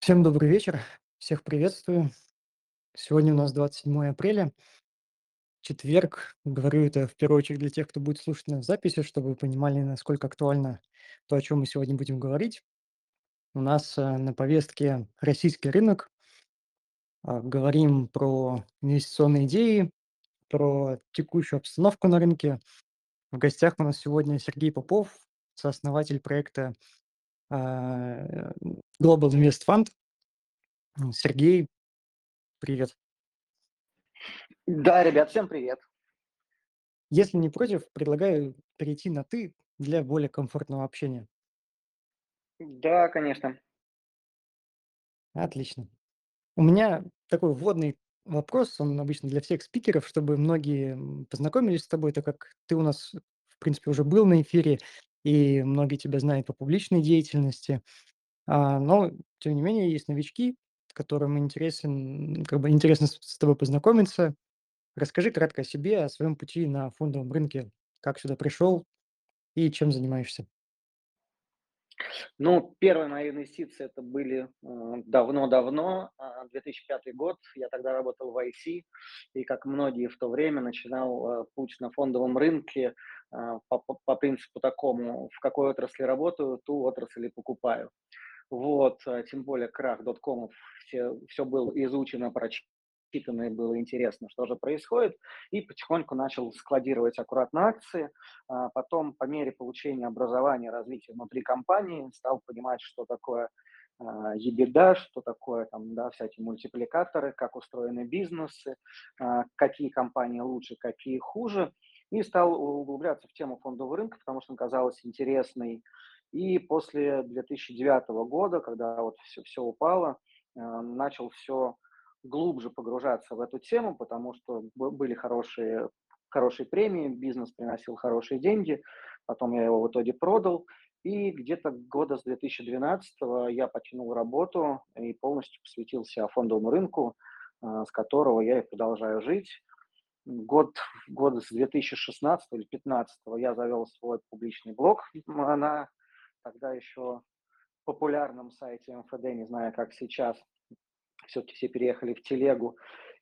Всем добрый вечер, всех приветствую. Сегодня у нас 27 апреля, четверг. Говорю это в первую очередь для тех, кто будет слушать нас в записи, чтобы вы понимали, насколько актуально то, о чем мы сегодня будем говорить. У нас на повестке российский рынок. Говорим про инвестиционные идеи, про текущую обстановку на рынке. В гостях у нас сегодня Сергей Попов, сооснователь проекта а, Global Invest Fund. Сергей, привет. Да, ребят, всем привет. Если не против, предлагаю перейти на «ты» для более комфортного общения. Да, конечно. Отлично. У меня такой вводный вопрос, он обычно для всех спикеров, чтобы многие познакомились с тобой, так как ты у нас, в принципе, уже был на эфире, и многие тебя знают по публичной деятельности. Но, тем не менее, есть новички, которым интересно с тобой познакомиться. Расскажи кратко о себе, о своем пути на фондовом рынке, как сюда пришел и чем занимаешься. Ну, первые мои инвестиции это были давно-давно, 2005 год. Я тогда работал в IT, и как многие в то время начинал путь на фондовом рынке по принципу такому: в какой отрасли работаю, ту отрасль и покупаю. Вот, тем более крах доткомов, все было изучено, прочитано, и было интересно, что же происходит. И потихоньку начал складировать аккуратно акции. Потом, по мере получения образования, развития внутри компании, стал понимать, что такое EBITDA, что такое там, да, всякие мультипликаторы, как устроены бизнесы, какие компании лучше, какие хуже. И стал углубляться в тему фондового рынка, потому что он казалась интересной. И после 2009 года, когда вот все упало, начал все глубже погружаться в эту тему, потому что были хорошие премии, бизнес приносил хорошие деньги. Потом я его в итоге продал. И где-то года с 2012 я потянул работу и полностью посвятился фондовому рынку, с которого я и продолжаю жить. Год года с 2016 или 2015 я завел свой публичный блог на тогда еще популярном сайте МФД, не знаю, как сейчас. Все-таки все переехали в телегу.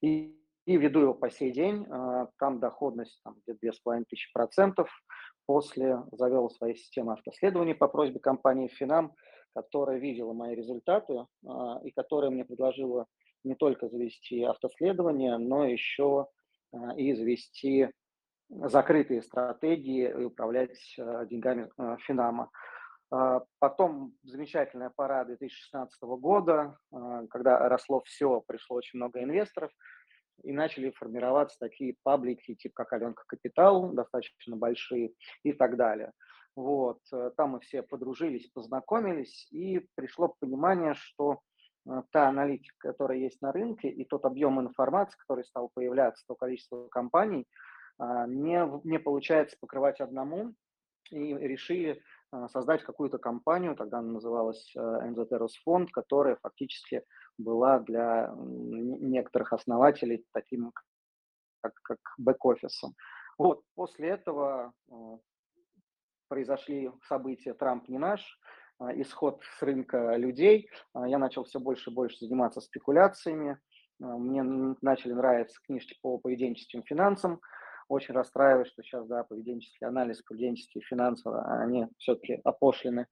И веду его по сей день. Там доходность там, где-то 2500%. После завел свои системы автоследований по просьбе компании Финам, которая видела мои результаты и которая мне предложила не только завести автоследование, но еще и завести закрытые стратегии и управлять деньгами Финама. Потом замечательная пора 2016 года, когда росло все, пришло очень много инвесторов, и начали формироваться такие паблики, типа как Аленка Капитал, достаточно большие и так далее. Вот. Там мы все подружились, познакомились, и пришло понимание, что та аналитика, которая есть на рынке, и тот объем информации, который стал появляться, то количество компаний, не получается покрывать одному, и решили создать какую-то компанию, тогда она называлась NZ Росфонд, которая фактически была для некоторых основателей таким, как бэк-офисом. Вот, после этого произошли события «Трамп не наш», исход с рынка людей. Я начал все больше и больше заниматься спекуляциями. Мне начали нравиться книжки по поведенческим финансам. Очень расстраиваюсь, что сейчас, да, поведенческий анализ, поведенческие финансы, они все-таки опошлены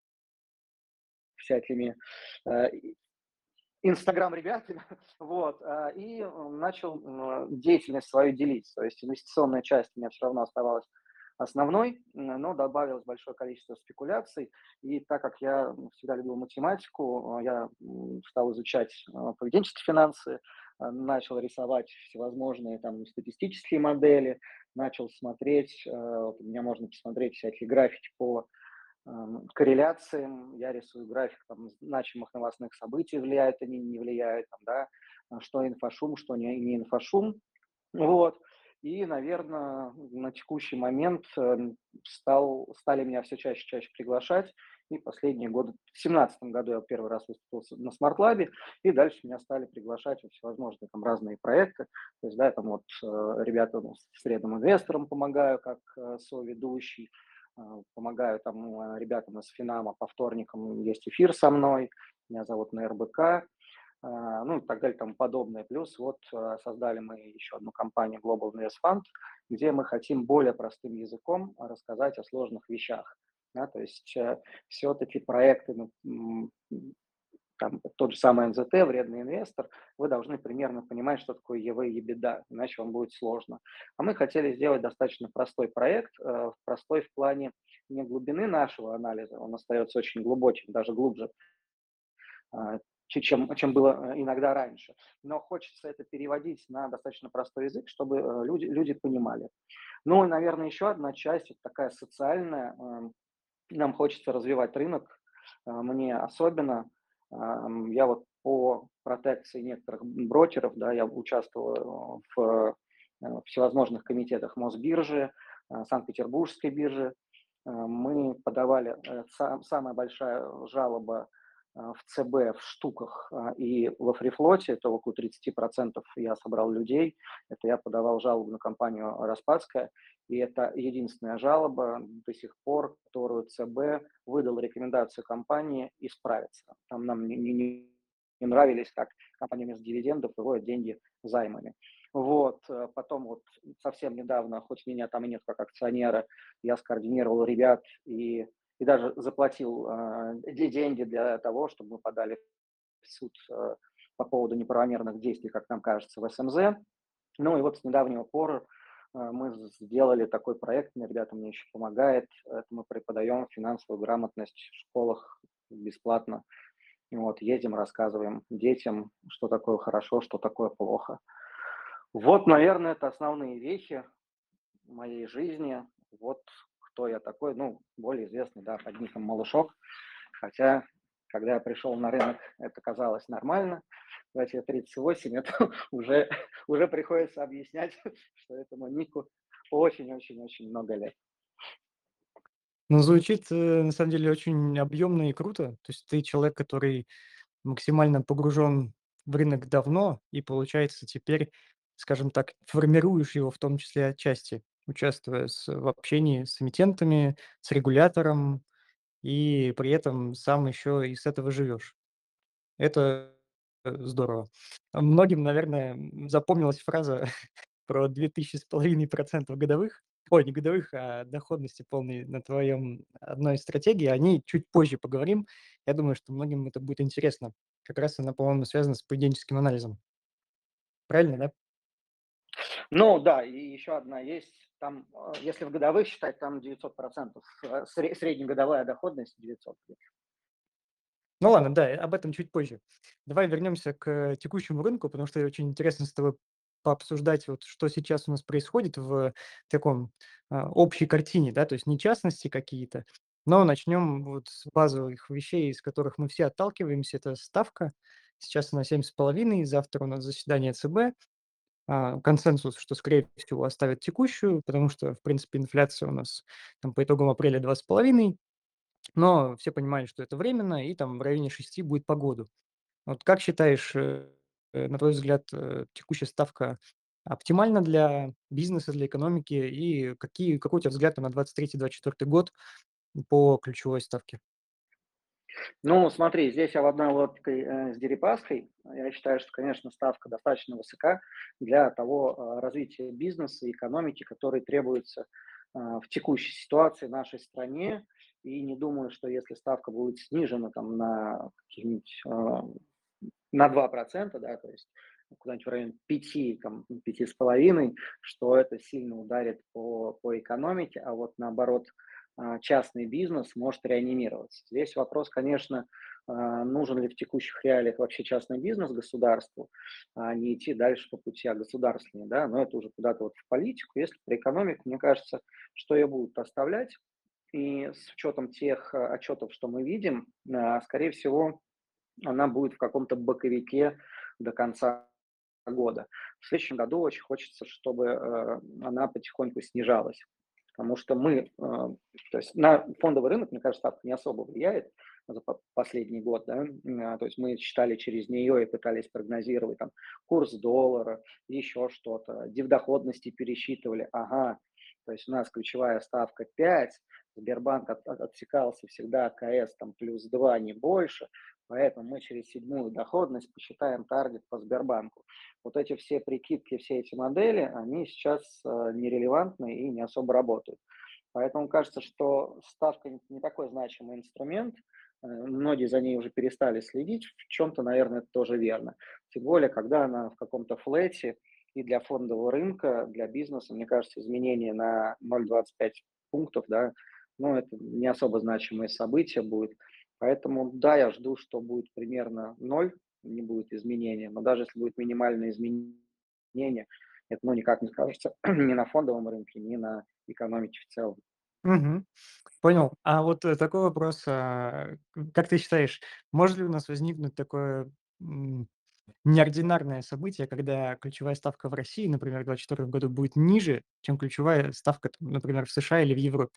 всякими э, инстаграм-ребятами. Вот, и начал деятельность свою делить. То есть инвестиционная часть у меня все равно оставалась основной, но добавилось большое количество спекуляций. И так как я всегда любил математику, я стал изучать поведенческие финансы, начал рисовать всевозможные там статистические модели, начал смотреть, вот у меня можно посмотреть всякие графики по корреляциям. Я рисую график там, значимых новостных событий, влияют они, не влияют, там, да, что инфошум, что не инфошум. Вот. И, наверное, на текущий момент стали меня все чаще и чаще приглашать. И последние годы, в 2017 году я первый раз выступил на смарт-лабе, и дальше меня стали приглашать во всевозможные там разные проекты. То есть, да, там вот ребятам, средним инвесторам помогаю, как соведущий, помогаю там ребятам из Финама по вторникам, есть эфир со мной, меня зовут на РБК, ну и так далее, и тому подобное. Плюс вот создали мы еще одну компанию Global Invest Fund, где мы хотим более простым языком рассказать о сложных вещах. Да, то есть все-таки проекты, ну, там, тот же самый НЗТ, вредный инвестор, вы должны примерно понимать, что такое ЕВ и ебеда, иначе вам будет сложно. А мы хотели сделать достаточно простой проект, простой в плане не глубины нашего анализа, он остается очень глубоким, даже глубже, чем было иногда раньше. Но хочется это переводить на достаточно простой язык, чтобы люди понимали. Ну и, наверное, еще одна часть, вот такая социальная, нам хочется развивать рынок, мне особенно. Я вот по протекции некоторых брокеров, да, я участвовал в всевозможных комитетах Мосбиржи, Санкт-Петербургской биржи. Мы подавали, самая большая жалоба в ЦБ в штуках и во фрифлоте, это около 30% я собрал людей. Это я подавал жалобу на компанию «Распадская», и это единственная жалоба до сих пор, которую ЦБ выдал рекомендацию компании исправиться. Там нам не нравились, как компания вместо дивидендов выводит деньги займами. Вот, потом вот совсем недавно, хоть меня там и нет как акционера, я скоординировал ребят и даже заплатил деньги для того, чтобы мы подали в суд по поводу неправомерных действий, как нам кажется, в СМЗ. Ну и вот с недавнего пор мы сделали такой проект, мне ребята мне еще помогает. Это мы преподаем финансовую грамотность в школах бесплатно. Вот, едем, рассказываем детям, что такое хорошо, что такое плохо. Вот, наверное, это основные вехи моей жизни. Вот кто я такой, ну, более известный, да, под ником Малышок. Хотя, когда я пришел на рынок, это казалось нормально. Когда тебе 38, это уже приходится объяснять, что этому нику очень-очень-очень много лет. Ну, звучит, на самом деле очень объемно и круто. То есть ты человек, который максимально погружен в рынок давно, и получается теперь, скажем так, формируешь его в том числе отчасти, участвуя в общении с эмитентами, с регулятором, и при этом сам еще и с этого живешь. Это здорово. Многим, наверное, запомнилась фраза про 2500 годовых. Ой, не годовых, а доходности полной на твоем одной из стратегий. О ней чуть позже поговорим. Я думаю, что многим это будет интересно. Как раз она, по-моему, связана с поведенческим анализом. Правильно, да? Ну да, и еще одна есть. Там, если в годовых считать, там 900%. Среднегодовая доходность 900. Ну ладно, да, об этом чуть позже. Давай вернемся к текущему рынку, потому что очень интересно с тобой пообсуждать, вот что сейчас у нас происходит в таком общей картине, да, то есть не частности какие-то, но начнем вот с базовых вещей, из которых мы все отталкиваемся. Это ставка. Сейчас она 7,5, завтра у нас заседание ЦБ. Консенсус, что, скорее всего, оставят текущую, потому что, в принципе, инфляция у нас там по итогам апреля 2,5, но все понимали, что это временно, и там в районе 6 будет по году. Вот как считаешь, на твой взгляд, текущая ставка оптимальна для бизнеса, для экономики? И какой у тебя взгляд на 23-24 год по ключевой ставке? Ну, смотри, здесь я в одной лодке с Дерипаской. Я считаю, что, конечно, ставка достаточно высока для того развития бизнеса и экономики, который требуется в текущей ситуации в нашей стране. И не думаю, что если ставка будет снижена там, на каких-нибудь на 2%, да, то есть куда-нибудь в районе 5, там, 5,5, что это сильно ударит по экономике, а вот наоборот частный бизнес может реанимироваться. Здесь вопрос, конечно, нужен ли в текущих реалиях вообще частный бизнес государству, а не идти дальше по пути государственной, да, но это уже куда-то вот в политику. Если про экономику, мне кажется, что ее будут оставлять, и с учетом тех отчетов, что мы видим, скорее всего, она будет в каком-то боковике до конца года. В следующем году очень хочется, чтобы она потихоньку снижалась. Потому что то есть на фондовый рынок, мне кажется, ставка не особо влияет за последний год, да, то есть мы считали через нее и пытались прогнозировать там курс доллара, еще что-то, дивдоходности пересчитывали, ага, то есть у нас ключевая ставка 5, Сбербанк отсекался всегда КС там плюс 2 не больше, поэтому мы через седьмую доходность посчитаем таргет по Сбербанку. Вот эти все прикидки, все эти модели, они сейчас нерелевантны и не особо работают. Поэтому кажется, что ставка не такой значимый инструмент. Многие за ней уже перестали следить. В чем-то, наверное, это тоже верно. Тем более, когда она в каком-то флете, и для фондового рынка, для бизнеса, мне кажется, изменение на 0,25 пунктов, да, ну, это не особо значимое событие будет. Поэтому, да, я жду, что будет примерно ноль, не будет изменения. Но даже если будет минимальное изменение, это, ну, никак не скажется ни на фондовом рынке, ни на экономике в целом. Мгм. Понял. А вот, такой вопрос, как ты считаешь, может ли у нас возникнуть такое, неординарное событие, когда ключевая ставка в России, например, в 2024 году будет ниже, чем ключевая ставка, там, например, в США или в Европе?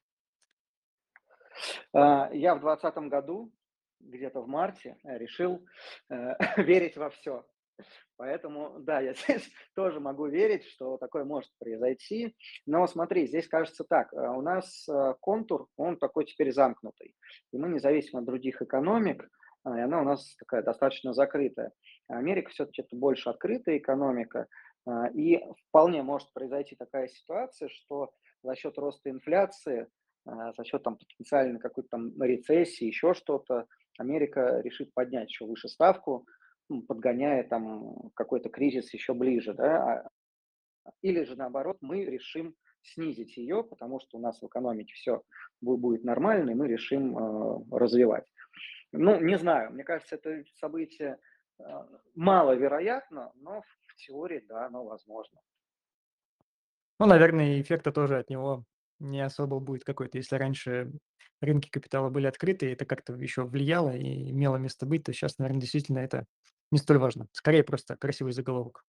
Я в 2020 году, где-то в марте, решил верить во все. Поэтому, да, я здесь тоже могу верить, что такое может произойти. Но смотри, здесь кажется так, у нас контур, он такой теперь замкнутый. И мы независимо от других экономик, и она у нас такая достаточно закрытая. А Америка все-таки это больше открытая экономика. И вполне может произойти такая ситуация, что за счет роста инфляции, за счет там потенциально какой-то там рецессии, еще что-то, Америка решит поднять еще выше ставку, подгоняя там какой-то кризис еще ближе, да, или же наоборот мы решим снизить ее, потому что у нас в экономике все будет нормально, и мы решим развивать. Ну, не знаю, мне кажется, это событие э, маловероятно, но в теории, да, оно возможно. Ну, наверное, и эффекта тоже от него не особо будет какой-то. Если раньше рынки капитала были открыты, и это как-то еще влияло и имело место быть, то сейчас, наверное, действительно это не столь важно. Скорее просто красивый заголовок.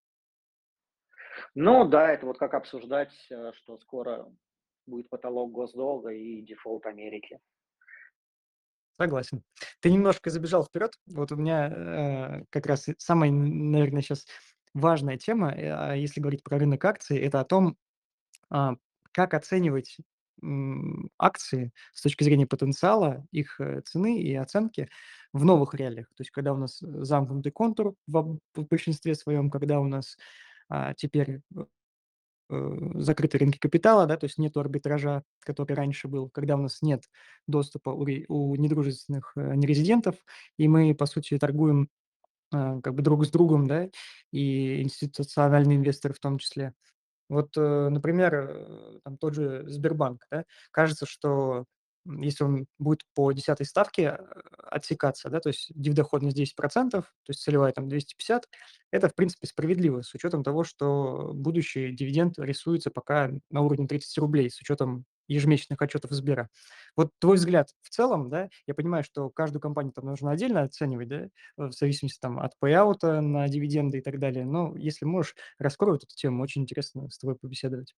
Ну да, это вот как обсуждать, что скоро будет потолок госдолга и дефолт Америки. Согласен. Ты немножко забежал вперед. Вот у меня, как раз и самая, наверное, сейчас важная тема, если говорить про рынок акций, это о том, а, как оценивать, акции с точки зрения потенциала, их, цены и оценки в новых реалиях. То есть когда у нас замкнутый контур в большинстве своем, когда у нас, теперь закрыты рынки капитала, да, то есть нету арбитража, который раньше был, когда у нас нет доступа у недружественных, нерезидентов, и мы, по сути, торгуем, как бы друг с другом, да, и институциональные инвесторы в том числе. Вот, например, там тот же Сбербанк, да, кажется, что, если он будет по 10 ставке, отсекаться, да, то есть дивдоходность 10%, то есть целевая там 250, это, в принципе, справедливо с учетом того, что будущий дивиденд рисуется пока на уровне 30 рублей, с учетом ежемесячных отчетов Сбера. Вот твой взгляд в целом, да, я понимаю, что каждую компанию там нужно отдельно оценивать, да, в зависимости там от пэйаута на дивиденды и так далее, но если можешь, раскрой вот эту тему, очень интересно с тобой побеседовать.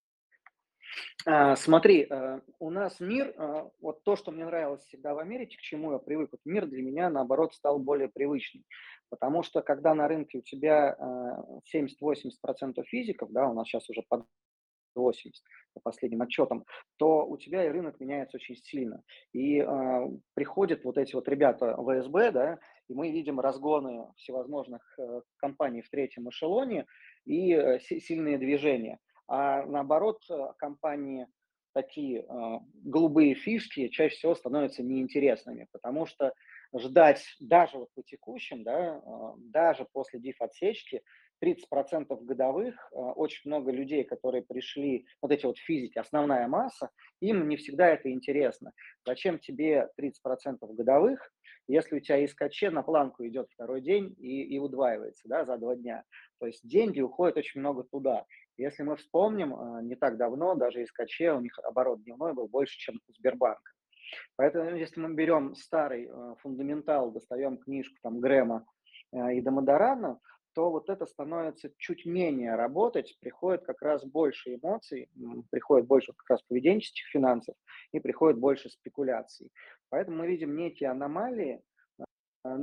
Смотри, у нас мир, вот то, что мне нравилось всегда в Америке, к чему я привык, вот мир для меня, наоборот, стал более привычным. Потому что когда на рынке у тебя 70-80% физиков, да, у нас сейчас уже под 80 по последним отчетам, то у тебя и рынок меняется очень сильно. И приходят вот эти вот ребята ВСБ, да, и мы видим разгоны всевозможных компаний в третьем эшелоне и сильные движения. А наоборот, компании такие голубые фишки чаще всего становятся неинтересными, потому что ждать даже вот по текущим, да, даже после диф-отсечки 30% годовых, очень много людей, которые пришли, вот эти вот физики, основная масса, им не всегда это интересно. Зачем тебе 30% годовых, если у тебя ИСКЧ на планку идет второй день и удваивается, да, за 2 дня. То есть деньги уходят очень много туда. Если мы вспомним, не так давно даже ИСКЧ, у них оборот дневной был больше, чем у Сбербанка. Поэтому если мы берем старый фундаментал, достаем книжку там Грэма и Дамадарана, то вот это становится чуть менее работать, приходит как раз больше эмоций, приходит больше как раз поведенческих финансов и приходит больше спекуляций. Поэтому мы видим некие аномалии, а,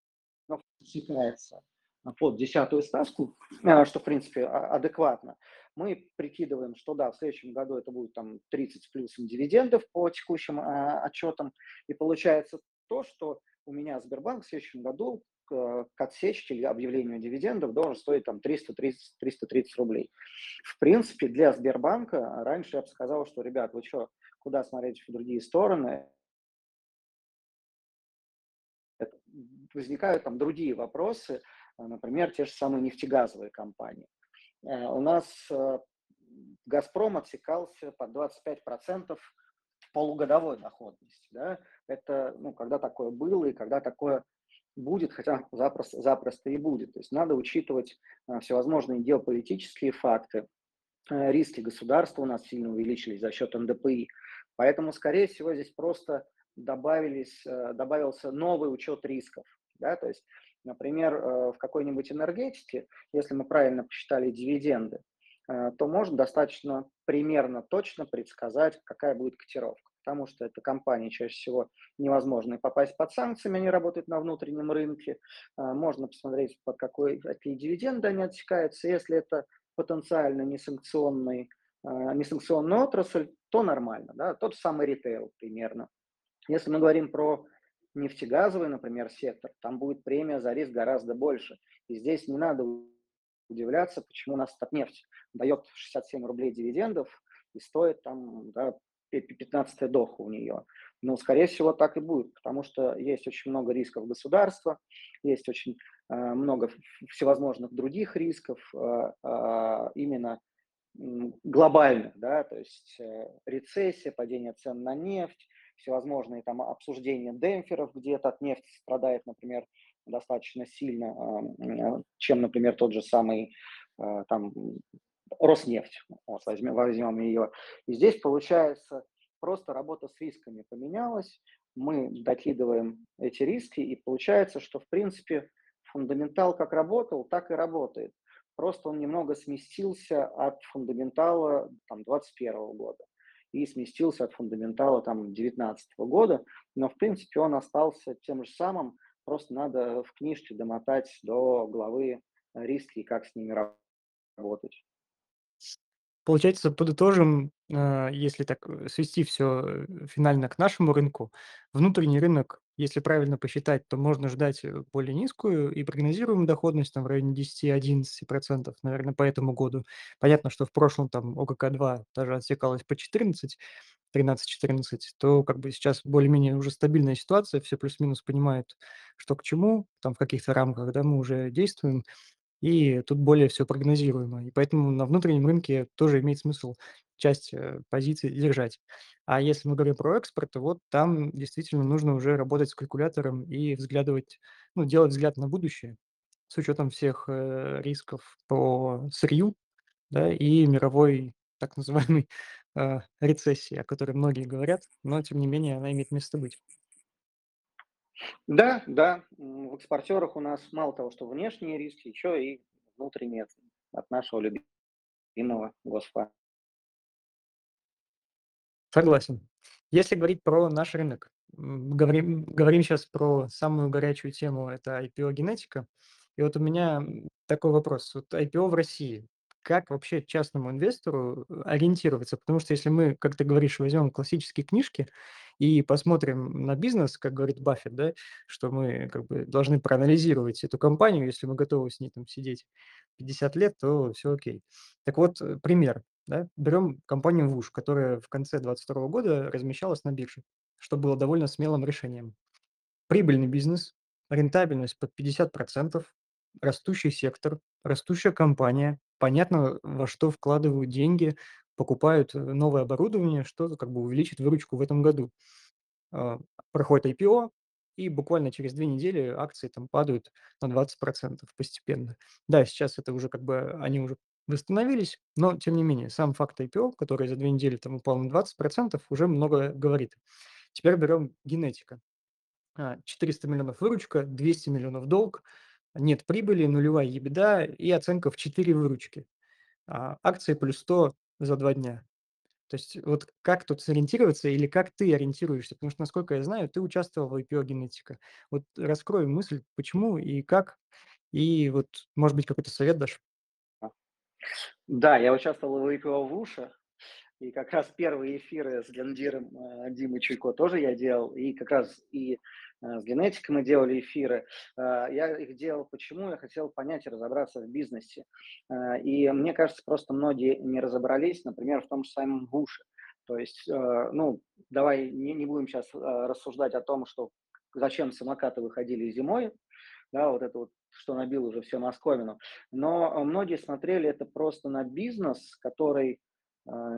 но считается под 10 ставку, что в принципе адекватно. Мы прикидываем, что да, в следующем году это будет там 30 с плюсом дивидендов по текущим отчетам, и получается то, что у меня Сбербанк в следующем году к отсечке или объявлению дивидендов должен стоить там 330 рублей. В принципе, для Сбербанка раньше я бы сказал, что, ребят, вы что, куда смотреть в другие стороны? Это, возникают там другие вопросы, например, те же самые нефтегазовые компании. У нас «Газпром» отсекался под 25% полугодовой доходности. Да? Это, ну, когда такое было и когда такое будет, хотя запросто и будет. То есть надо учитывать всевозможные геополитические факты, риски государства у нас сильно увеличились за счет НДПИ. Поэтому, скорее всего, здесь просто добавился новый учет рисков. Да? То есть, например, в какой-нибудь энергетике, если мы правильно посчитали дивиденды, то можно достаточно примерно точно предсказать, какая будет котировка. Потому что это компании чаще всего невозможно попасть под санкциями, они работают на внутреннем рынке. Можно посмотреть, под какие дивиденды они отсекаются. Если это потенциально несанкционная отрасль, то нормально, да, тот самый ритейл примерно. Если мы говорим про нефтегазовый, например, сектор, там будет премия за риск гораздо больше. И здесь не надо удивляться, почему у нас Татнефть дает 67 рублей дивидендов и стоит там, да, 15 доха у нее. Но, скорее всего, так и будет, потому что есть очень много рисков государства, есть очень много всевозможных других рисков, именно глобальных, да, то есть рецессия, падение цен на нефть, всевозможные там обсуждения демпферов, где этот нефть страдает, например, достаточно сильно, чем, например, тот же самый там Роснефть, вот, возьмем ее. И здесь получается просто работа с рисками поменялась, мы докидываем эти риски, и получается, что в принципе фундаментал как работал, так и работает. Просто он немного сместился от фундаментала там, 2021 года и сместился от фундаментала там 2019 года, но в принципе он остался тем же самым, просто надо в книжке домотать до главы риски и как с ними работать. Получается, подытожим, если так свести все финально к нашему рынку, внутренний рынок, если правильно посчитать, то можно ждать более низкую и прогнозируемую доходность там, в районе 10–11%, наверное, по этому году. Понятно, что в прошлом там ОКК-2 даже отсекалось по 14, 13–14, то как бы сейчас более-менее уже стабильная ситуация, все плюс-минус понимают, что к чему, там в каких-то рамках, да, мы уже действуем. И тут более все прогнозируемо. И поэтому на внутреннем рынке тоже имеет смысл часть, позиций держать. А если мы говорим про экспорт, то вот там действительно нужно уже работать с калькулятором и взглядывать, ну, делать взгляд на будущее с учетом всех, рисков по сырью, да, и мировой так называемой, рецессии, о которой многие говорят, но тем не менее она имеет место быть. Да, да, в экспортерах у нас мало того, что внешние риски, еще и внутренние от нашего любимого Госфа. Согласен. Если говорить про наш рынок, говорим сейчас про самую горячую тему — это IPO-генетика. И вот у меня, такой вопрос. Вот IPO в России. Как вообще частному инвестору, ориентироваться? Потому что если мы, как ты говоришь, возьмем классические книжки и посмотрим на бизнес, как говорит Баффет, да, что мы как бы должны проанализировать эту компанию, если мы готовы с ней там сидеть 50 лет, то все окей. Так вот, пример. Да, берем компанию ВУШ, которая в конце 2022 года размещалась на бирже, что было довольно смелым решением. Прибыльный бизнес, рентабельность под 50%, растущий сектор, растущая компания, понятно, во что вкладывают деньги, покупают новое оборудование, что как бы увеличит выручку в этом году. А, Проходит IPO, и буквально через 2 недели акции там падают на 20% постепенно. Да, сейчас это уже как бы они уже восстановились, но тем не менее сам факт IPO, который за 2 недели там упал на 20%, уже много говорит. Теперь берем генетика. 400 миллионов выручка, 200 миллионов долг, нет прибыли, нулевая ебеда и оценка в 4 выручки. Акции плюс 100 за 2 дня. То есть вот как тут сориентироваться или как ты ориентируешься? Потому что, насколько я знаю, ты участвовал в IPO «Генетика». Вот раскрой мысль, почему и как, и вот, может быть, какой-то совет дашь? Да, я участвовал в IPO Вуша, и как раз первые эфиры с Гендиром, Димой Чуйко тоже я делал, и как раз с Генетикой мы делали эфиры. Я их делал почему? Я хотел понять и разобраться в бизнесе. И мне кажется, просто многие не разобрались, например, в том же самом Буше. То есть, ну, давай не будем сейчас рассуждать о том, что зачем самокаты выходили зимой, да, вот это вот, что набил уже все московину. Но многие смотрели это просто на бизнес, который а,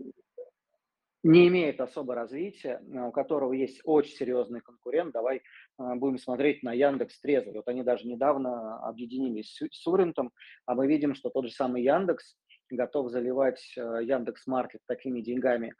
не имеет особо развития, у которого есть очень серьезный конкурент. Давай будем смотреть на Яндекс Трезвый. Вот они даже недавно объединились с Урентом, а мы видим, что тот же самый Яндекс готов заливать Яндекс Маркет такими деньгами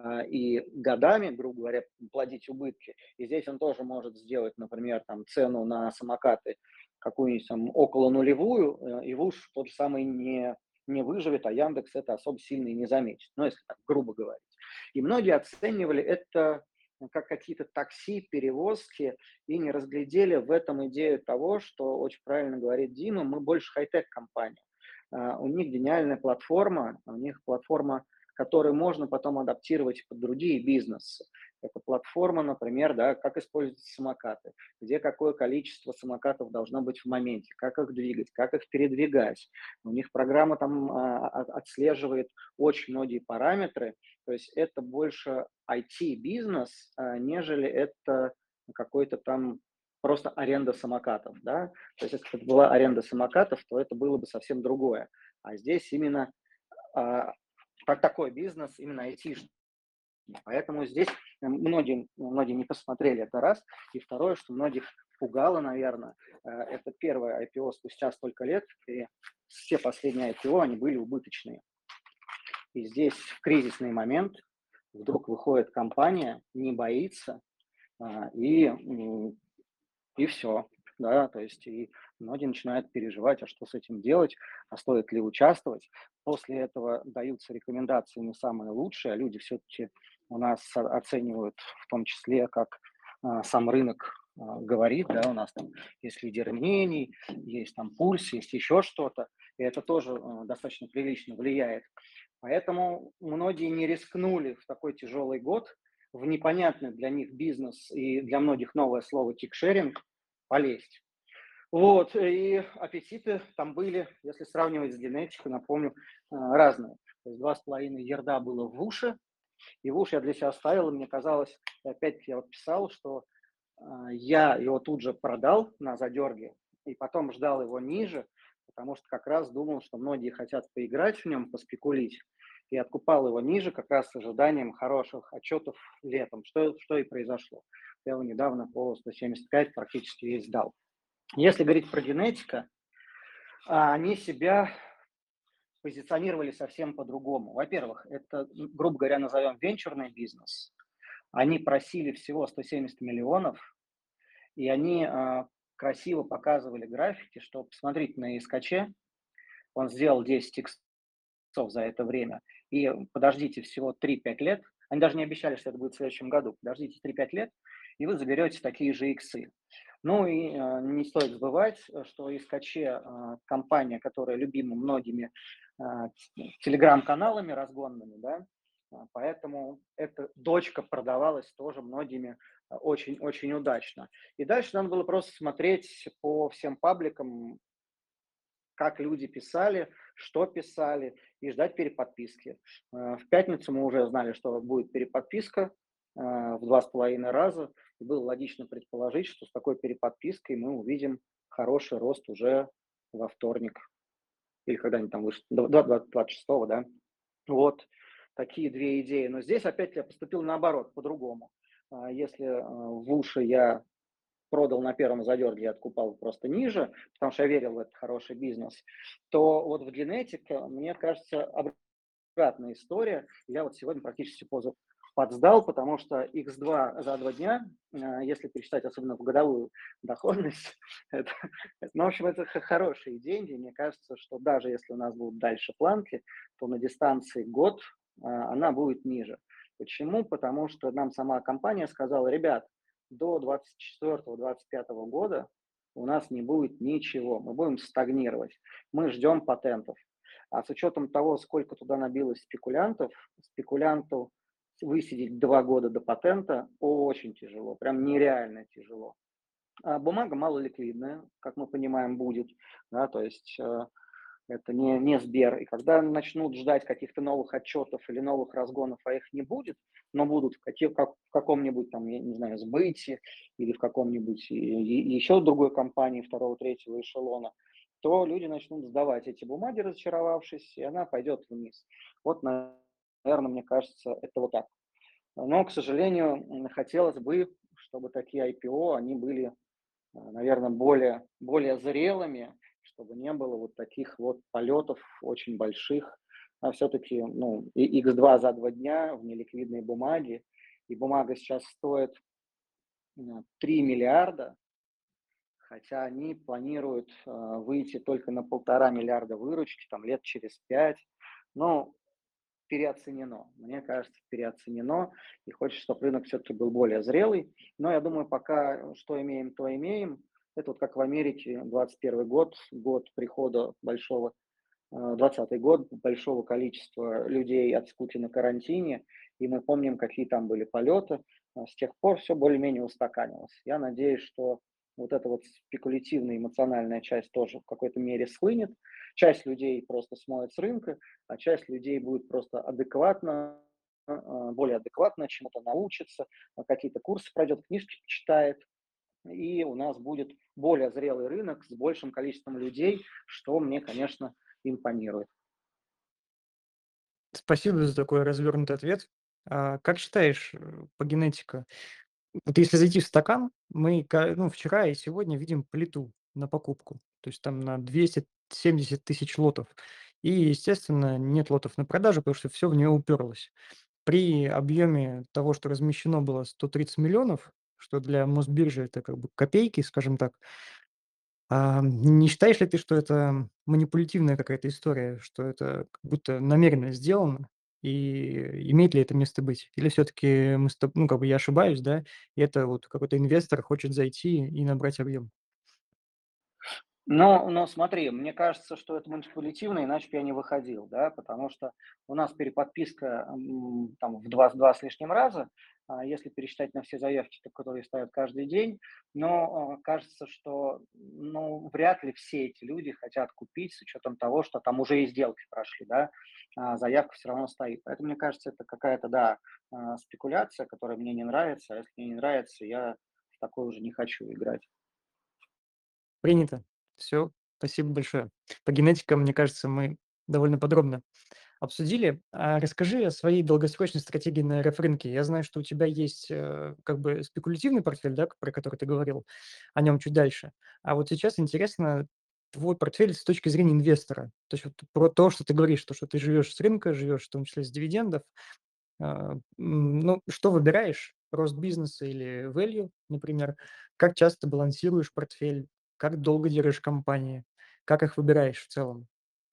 и годами, грубо говоря, платить убытки. И здесь он тоже может сделать, например, там, цену на самокаты какую-нибудь там около нулевую, и ВУШ тот же самый не выживет, а Яндекс это особо сильно и не заметит. Ну, если так грубо говорить. И многие оценивали это как какие-то такси, перевозки, и не разглядели в этом идею того, что очень правильно говорит Дима, мы больше хай-тек компания. У них гениальная платформа, у них платформа, которую можно потом адаптировать под другие бизнесы. Это платформа, например, да, как использовать самокаты, где какое количество самокатов должно быть в моменте, как их двигать, как их передвигать. У них программа там отслеживает очень многие параметры, то есть это больше IT-бизнес, нежели это какой-то там просто аренда самокатов, да. То есть если бы это была аренда самокатов, то это было бы совсем другое. А здесь именно а, такой бизнес, именно айтишный. Поэтому здесь многие не посмотрели, это раз. И второе, что многих пугало, наверное, это первое IPO спустя столько лет, и все последние IPO, они были убыточные. И здесь в кризисный момент вдруг выходит компания, не боится, а, и, м, и все. Да, то есть и многие начинают переживать, а что с этим делать, а стоит ли участвовать. После этого даются рекомендации не самые лучшие, а люди все-таки у нас оценивают в том числе, как сам рынок говорит, да, у нас там есть лидеры мнений, есть там пульс, есть еще что-то, и это тоже достаточно прилично влияет. Поэтому многие не рискнули в такой тяжелый год, в непонятный для них бизнес и для многих новое слово тикшеринг полезть. Вот, и аппетиты там были, если сравнивать с генетикой, напомню, разные. То есть 2,5 ерда было в уши, и в уши я для себя ставил, и мне казалось, и опять-таки я вот писал, что я его тут же продал на задерге, и потом ждал его ниже, потому что как раз думал, что многие хотят поиграть в нем, поспекулить, и откупал его ниже как раз с ожиданием хороших отчетов летом, что и произошло. Я его недавно по 175 практически весь сдал. Если говорить про генетика, они себя позиционировали совсем по-другому. Во-первых, это, грубо говоря, назовем венчурный бизнес. Они просили всего 170 миллионов, и они красиво показывали графики, что посмотрите на Искаче, он сделал 10 иксов за это время, и подождите всего 3-5 лет, они даже не обещали, что это будет в следующем году, подождите 3-5 лет, и вы заберете такие же иксы. Ну и не стоит забывать, что Искаче компания, которая любима многими телеграм-каналами разгонными, да, поэтому эта дочка продавалась тоже многими очень-очень удачно. И дальше надо было просто смотреть по всем пабликам, как люди писали, что писали, и ждать переподписки. В пятницу мы уже знали, что будет переподписка в 2,5 раза, и было логично предположить, что с такой переподпиской мы увидим хороший рост уже во вторник или когда-нибудь там выше, 26-го, да. Вот такие две идеи. Но здесь опять я поступил наоборот, по-другому. Если в уши я продал на первом задерге и откупал просто ниже, потому что я верил в этот хороший бизнес, то вот в генетике, мне кажется, обратная история. Я вот сегодня практически позу подсдал, потому что X2 за 2 дня, если пересчитать особенно в годовую доходность, ну, в общем, это хорошие деньги. Мне кажется, что даже если у нас будут дальше планки, то на дистанции год она будет ниже. Почему? Потому что нам сама компания сказала, ребят, до 24-25 года у нас не будет ничего, мы будем стагнировать, мы ждем патентов. А с учетом того, сколько туда набилось спекулянтов, спекулянту высидеть 2 года до патента очень тяжело, прям нереально тяжело. А бумага малоликвидная, как мы понимаем, будет, да, то есть это не Сбер. И когда начнут ждать каких-то новых отчетов или новых разгонов, а их не будет, но будут в каком-нибудь там, я не знаю, Сбыте или в каком-нибудь еще другой компании второго, третьего эшелона, то люди начнут сдавать эти бумаги, разочаровавшись, и она пойдет вниз. Вот, наверное, мне кажется, это вот так. Но, к сожалению, хотелось бы, чтобы такие IPO, они были, наверное, более зрелыми, чтобы не было вот таких вот полетов очень больших. А все-таки, ну, и X2 за 2 дня в неликвидной бумаге, и бумага сейчас стоит 3 миллиарда, хотя они планируют выйти только на 1,5 миллиарда выручки, там лет через 5. Ну, переоценено. Мне кажется, переоценено. И хочется, чтобы рынок все-таки был более зрелый. Но я думаю, пока что имеем, то имеем. Это вот как в Америке 21 год, год прихода большого, 20 год, большого количества людей от скуки на карантине. И мы помним, какие там были полеты. С тех пор все более-менее устаканилось. Я надеюсь, что вот эта вот спекулятивная эмоциональная часть тоже в какой-то мере схлынет. Часть людей просто смоет с рынка, а часть людей будет просто адекватно, более адекватно чему-то научится, какие-то курсы пройдет, книжки почитает, и у нас будет более зрелый рынок с большим количеством людей, что мне, конечно, импонирует. Спасибо за такой развернутый ответ. Как считаешь, по генетика, вот если зайти в стакан, мы ну, вчера и сегодня видим плиту на покупку, то есть там на 270 тысяч лотов. И, естественно, нет лотов на продажу, потому что все в нее уперлось. При объеме того, что размещено было 130 миллионов, что для Мосбиржи это как бы копейки, скажем так, не считаешь ли ты, что это манипулятивная какая-то история, что это как будто намеренно сделано, и имеет ли это место быть? Или все-таки ну, как бы я ошибаюсь, да, и это вот какой-то инвестор хочет зайти и набрать объем? Но смотри, мне кажется, что это манипулятивно, иначе бы я не выходил, да, потому что у нас переподписка там в два с лишним раза, если пересчитать на все заявки, которые ставят каждый день, но кажется, что, ну, вряд ли все эти люди хотят купить с учетом того, что там уже и сделки прошли, да, заявка все равно стоит. Поэтому, мне кажется, это какая-то, да, спекуляция, которая мне не нравится, а если мне не нравится, я в такое уже не хочу играть. Принято. Все, спасибо большое. По генетикам, мне кажется, мы довольно подробно обсудили. Расскажи о своей долгосрочной стратегии на реф-рынке. Я знаю, что у тебя есть, как бы спекулятивный портфель, да, про который ты говорил, о нем чуть дальше. А вот сейчас интересно твой портфель с точки зрения инвестора. То есть вот про то, что ты говоришь, то, что ты живешь с рынка, живешь в том числе с дивидендов. Ну, что выбираешь? Рост бизнеса или value, например? Как часто балансируешь портфель? Как долго держишь компании? Как их выбираешь в целом?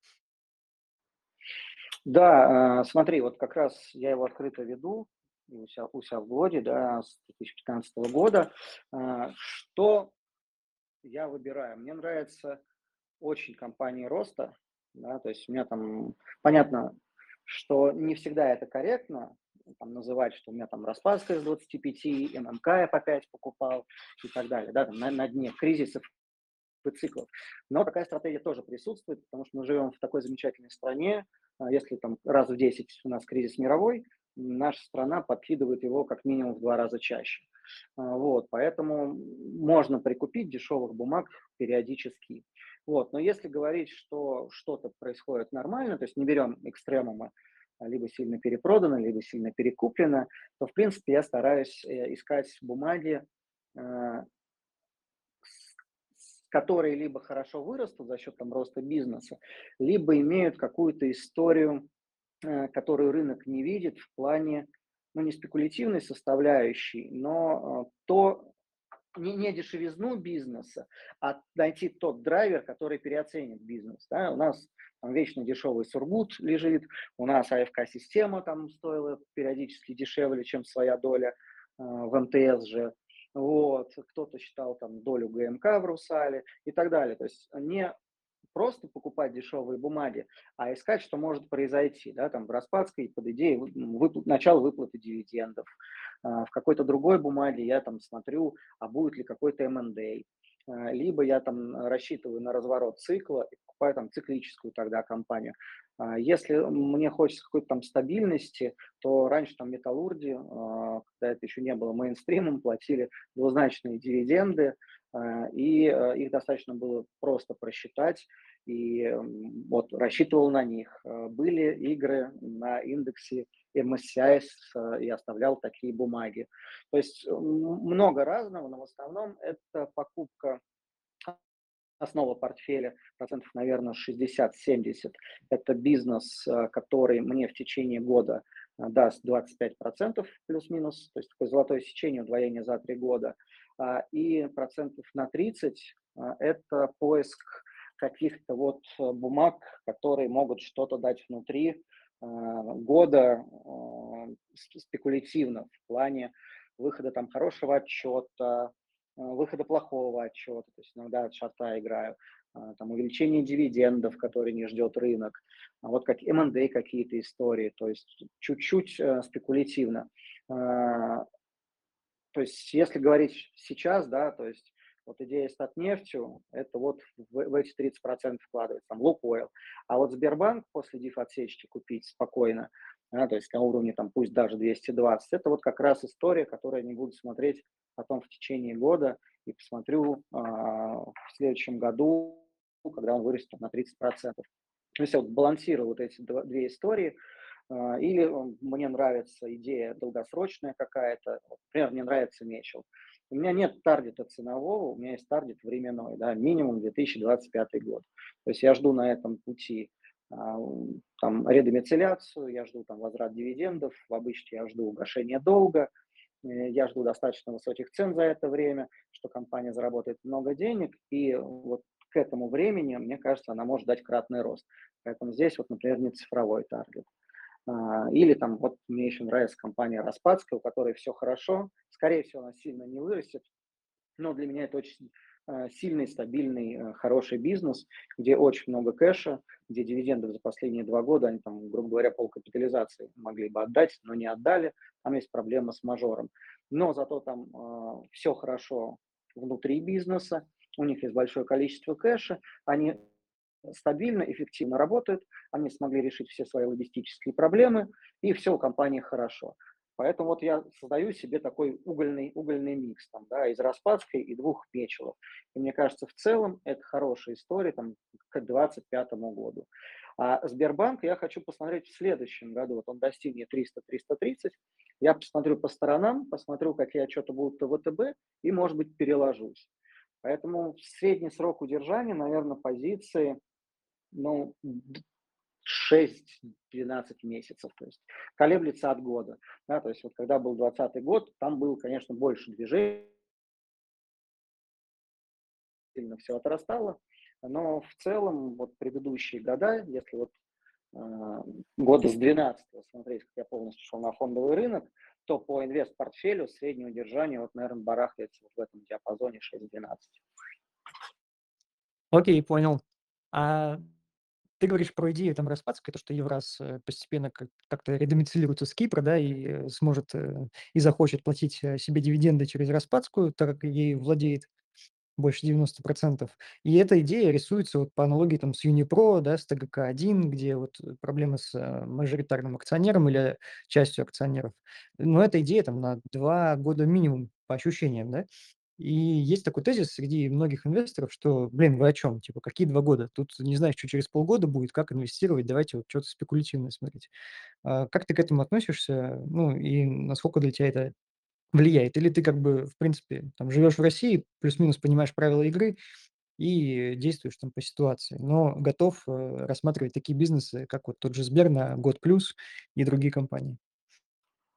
Да, смотри, вот как раз я его открыто веду и у себя в блоге, да, с 2015 года. Что я выбираю? Мне нравится очень компании роста, да, то есть у меня там, понятно, что не всегда это корректно, там, называть, что у меня там Распадская с 25, ММК я по 5 покупал и так далее, да, там, на дне кризисов циклов. Но такая стратегия тоже присутствует, потому что мы живем в такой замечательной стране. Если там раз в 10 у нас кризис мировой, наша страна подкидывает его как минимум в 2 раза чаще. Вот, поэтому можно прикупить дешевых бумаг периодически. Вот, но если говорить, что что-то происходит нормально, то есть не берем экстремумы, либо сильно перепродано, либо сильно перекуплено, то, в принципе, я стараюсь искать бумаги, э, которые либо хорошо вырастут за счет там роста бизнеса, либо имеют какую-то историю, которую рынок не видит в плане, ну, не спекулятивной составляющей, но не дешевизну бизнеса, а найти тот драйвер, который переоценит бизнес. Да? У нас там вечно дешевый Сургут лежит, у нас АФК-система там стоила периодически дешевле, чем своя доля в МТС же. Вот. Кто-то считал там долю ГМК в Русале и так далее. То есть не просто покупать дешевые бумаги, а искать, что может произойти, да, там в Распадской под идеей начала выплаты дивидендов. В какой-то другой бумаге я там смотрю, а будет ли какой-то M&A. Либо я там рассчитываю на разворот цикла и покупаю там циклическую тогда компанию. Если мне хочется какой-то там стабильности, то раньше там металлурги, когда это еще не было мейнстримом, платили двузначные дивиденды, и их достаточно было просто просчитать, и вот рассчитывал на них. Были игры на индексе MSCI и оставлял такие бумаги. То есть много разного, но в основном это покупка основа портфеля, процентов, наверное, 60-70. Это бизнес, который мне в течение года даст 25% плюс-минус, то есть такое золотое сечение, удвоение за 3 года. И процентов на 30 это поиск каких-то вот бумаг, которые могут что-то дать внутри года спекулятивно в плане выхода там хорошего отчета, выхода плохого отчета, то есть иногда от шарта играю, там увеличение дивидендов, который не ждет рынок, вот как M&A какие-то истории, то есть чуть-чуть спекулятивно. А, То есть если говорить сейчас, да, то есть вот идея с Татнефтью, это вот в эти 30% вкладывается, там Лукойл. А вот Сбербанк после диф-отсечки купить спокойно, то есть на уровне там пусть даже 220, это вот как раз история, которую я не буду смотреть потом в течение года и посмотрю в следующем году, когда он вырастет на 30%. То есть я вот балансирую вот эти две истории, или мне нравится идея долгосрочная какая-то, вот, например, мне нравится Мечел. У меня нет таргета ценового, у меня есть таргет временной, да, минимум 2025 год. То есть я жду на этом пути там редомицеляцию, я жду там возврат дивидендов, в обычке я жду угошения долга, я жду достаточно высоких цен за это время, что компания заработает много денег, и вот к этому времени, мне кажется, она может дать кратный рост. Поэтому здесь вот, например, не цифровой таргет. Или там, вот мне еще нравится компания Распадская, у которой все хорошо. Скорее всего, она сильно не вырастет, но для меня это очень сильный, стабильный, хороший бизнес, где очень много кэша, где дивиденды за последние 2 года, они там, грубо говоря, полкапитализации могли бы отдать, но не отдали. Там есть проблема с мажором. Но зато там все хорошо внутри бизнеса, у них есть большое количество кэша, они стабильно, эффективно работают, они смогли решить все свои логистические проблемы, и все у компании хорошо. Поэтому вот я создаю себе такой угольный микс там, да, из Распадской и двух Печелов. И мне кажется, в целом это хорошая история там, к 2025 году. А Сбербанк я хочу посмотреть в следующем году. Вот он достигнет 300-330. Я посмотрю по сторонам, посмотрю, какие отчеты будут по ВТБ, и, может быть, переложусь. Поэтому средний срок удержания, наверное, позиции ну, 6-12 месяцев, то есть колеблется от года. Да, то есть вот когда был 2020 год, там было, конечно, больше движений, сильно все отрастало, но в целом вот предыдущие года, если вот года с 12 смотреть, как я полностью шел на фондовый рынок, то по инвест-портфелю среднее удержание, вот, наверное, барахтается вот в этом диапазоне 6-12. Окей, понял. А ты говоришь про идею там Распадской, то, что Евраз, постепенно как-то редомицилируется с Кипра, да, и, сможет, и захочет платить, себе дивиденды через Распадскую, так как ей владеет больше 90%. И эта идея рисуется вот по аналогии там с Юнипро, да, с ТГК-1, где вот проблемы с, мажоритарным акционером или частью акционеров. Но эта идея там на 2 года минимум, по ощущениям, да. И есть такой тезис среди многих инвесторов, что, блин, вы о чем? Типа, какие 2 года? Тут не знаешь, что через полгода будет, как инвестировать, давайте вот что-то спекулятивное смотреть. Как ты к этому относишься? Ну, и насколько для тебя это влияет? Или ты как бы, в принципе, там живешь в России, плюс-минус понимаешь правила игры и действуешь там по ситуации, но готов, рассматривать такие бизнесы, как вот тот же Сбер на год плюс и другие компании?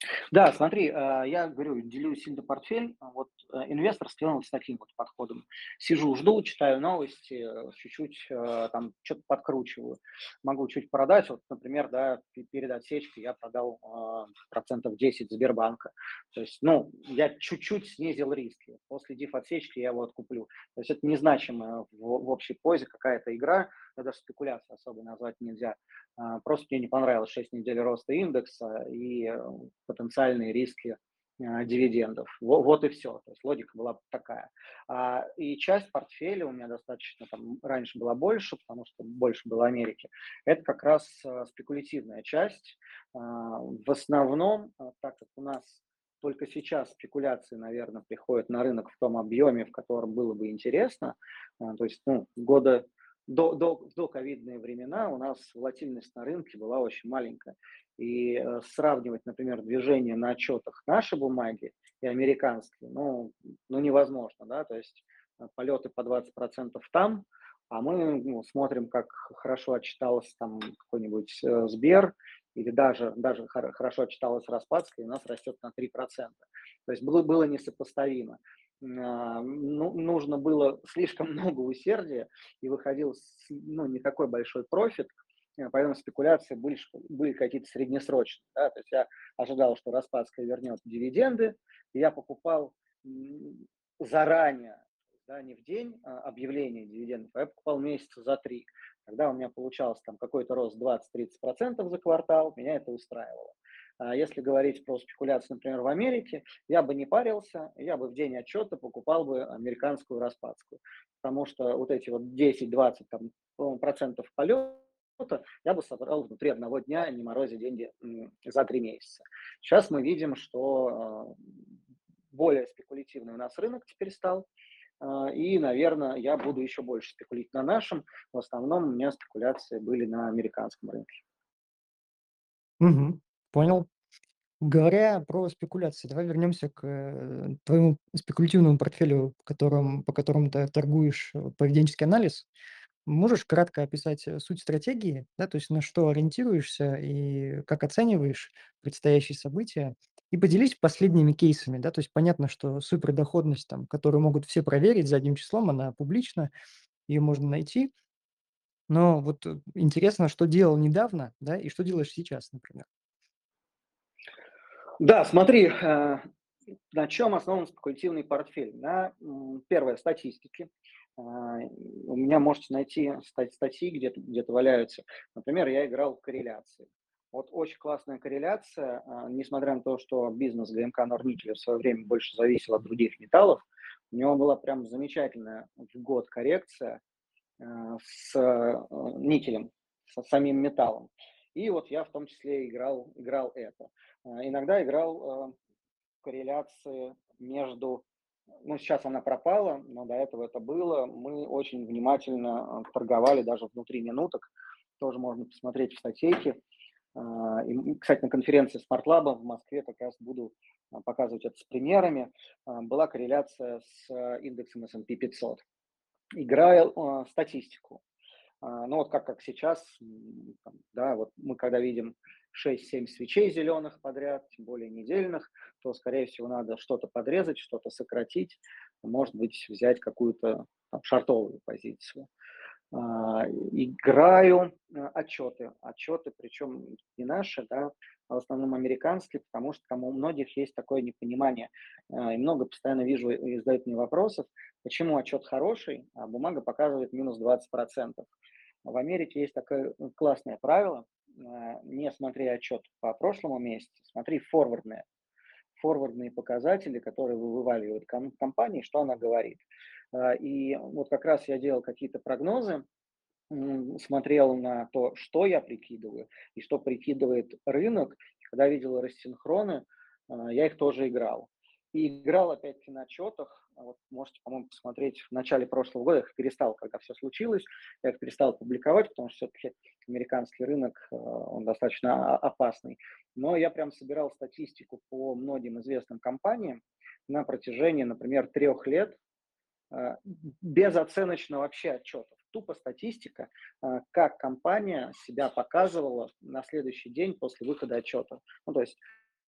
Да, смотри, я говорю, делю сильно портфель. Инвестор сделан с таким вот подходом. Сижу, жду, читаю новости, чуть-чуть там что-то подкручиваю. Могу чуть продать. Вот, например, да, перед отсечкой я продал процентов 10 Сбербанка. То есть, ну, я чуть-чуть снизил риски. После див-отсечки я его откуплю. То есть это незначимая в общей позе какая-то игра. Это даже спекуляция особо назвать нельзя. Просто мне не понравилось 6 недель роста индекса и потенциальные риски дивидендов. Вот и все. То есть логика была такая. И часть портфеля у меня достаточно там раньше была больше, потому что больше было Америки. Это как раз спекулятивная часть. В основном, так как у нас только сейчас спекуляции, наверное, приходят на рынок в том объеме, в котором было бы интересно. То есть, ну, года в доковидные времена у нас волатильность на рынке была очень маленькая. И сравнивать, например, движение на отчетах нашей бумаги и американские, ну невозможно, да, то есть полеты по 20% там, а мы ну, смотрим, как хорошо отчиталась там какой-нибудь Сбер, или даже хорошо отчиталась Распадская, и у нас растет на 3%. То есть было несопоставимо. Ну, нужно было слишком много усердия, и выходил ну, не такой большой профит, поэтому спекуляции были какие-то среднесрочные. Да? То есть я ожидал, что Распадская вернет дивиденды, и я покупал заранее, да, не в день объявления дивидендов, а я покупал месяца за 3. Когда у меня получался там какой-то рост 20-30% за квартал, меня это устраивало. А если говорить про спекуляции, например, в Америке, я бы не парился, я бы в день отчета покупал бы американскую распадскую, потому что вот эти вот 10-20 там, процентов полета я бы собрал внутри одного дня, не морозя деньги за 3 месяца. Сейчас мы видим, что более спекулятивный у нас рынок теперь стал, и, наверное, я буду еще больше спекулить на нашем. В основном у меня спекуляции были на американском рынке. Мгм. Понял. Говоря про спекуляции, давай вернемся к, твоему спекулятивному портфелю, по которому ты торгуешь, поведенческий анализ. Можешь кратко описать, суть стратегии, да, то есть на что ориентируешься и как оцениваешь предстоящие события? И поделись последними кейсами, да, то есть понятно, что супердоходность, там, которую могут все проверить задним числом, она публична, ее можно найти. Но вот, интересно, что делал недавно, да, и что делаешь сейчас, например? Да, смотри, на чем основан спекулятивный портфель? Первое, статистики. У меня можете найти статьи, где-то валяются. Например, я играл в корреляции. Вот очень классная корреляция, несмотря на то, что бизнес ГМК Норникеля в свое время больше зависел от других металлов, у него была прям замечательная в год коррекция с никелем, со самим металлом. И вот я в том числе играл это. Иногда играл корреляции между, ну, сейчас она пропала, но до этого это было. Мы очень внимательно торговали даже внутри минуток. Тоже можно посмотреть в статейке. Кстати, на конференции Smart Lab в Москве как раз буду показывать это с примерами. Была корреляция с индексом S&P 500. Играя статистику. Ну, вот как сейчас, да, вот мы когда видим 6-7 свечей зеленых подряд, тем более недельных, то, скорее всего, надо что-то подрезать, что-то сократить, может быть, взять какую-то там шортовую позицию. Играю отчеты, причем не наши, да, а в основном американские, потому что там у многих есть такое непонимание. И много постоянно вижу и задают мне вопросов, почему отчет хороший, а бумага показывает минус 20%. В Америке есть такое классное правило, не смотри отчет по прошлому месяцу, смотри форвардные показатели, которые вываливают компании, что она говорит. И вот как раз я делал какие-то прогнозы, смотрел на то, что я прикидываю и что прикидывает рынок. Когда видел рассинхроны, я их тоже играл. И играл опять-таки на отчетах. Вот можете, по-моему, посмотреть в начале прошлого года. Я их перестал, когда все случилось, я их перестал публиковать, потому что все-таки американский рынок, он достаточно опасный. Но я прям собирал статистику по многим известным компаниям на протяжении, например, 3 лет, безоценочно вообще отчетов. Тупо статистика, как компания себя показывала на следующий день после выхода отчета. Ну, то есть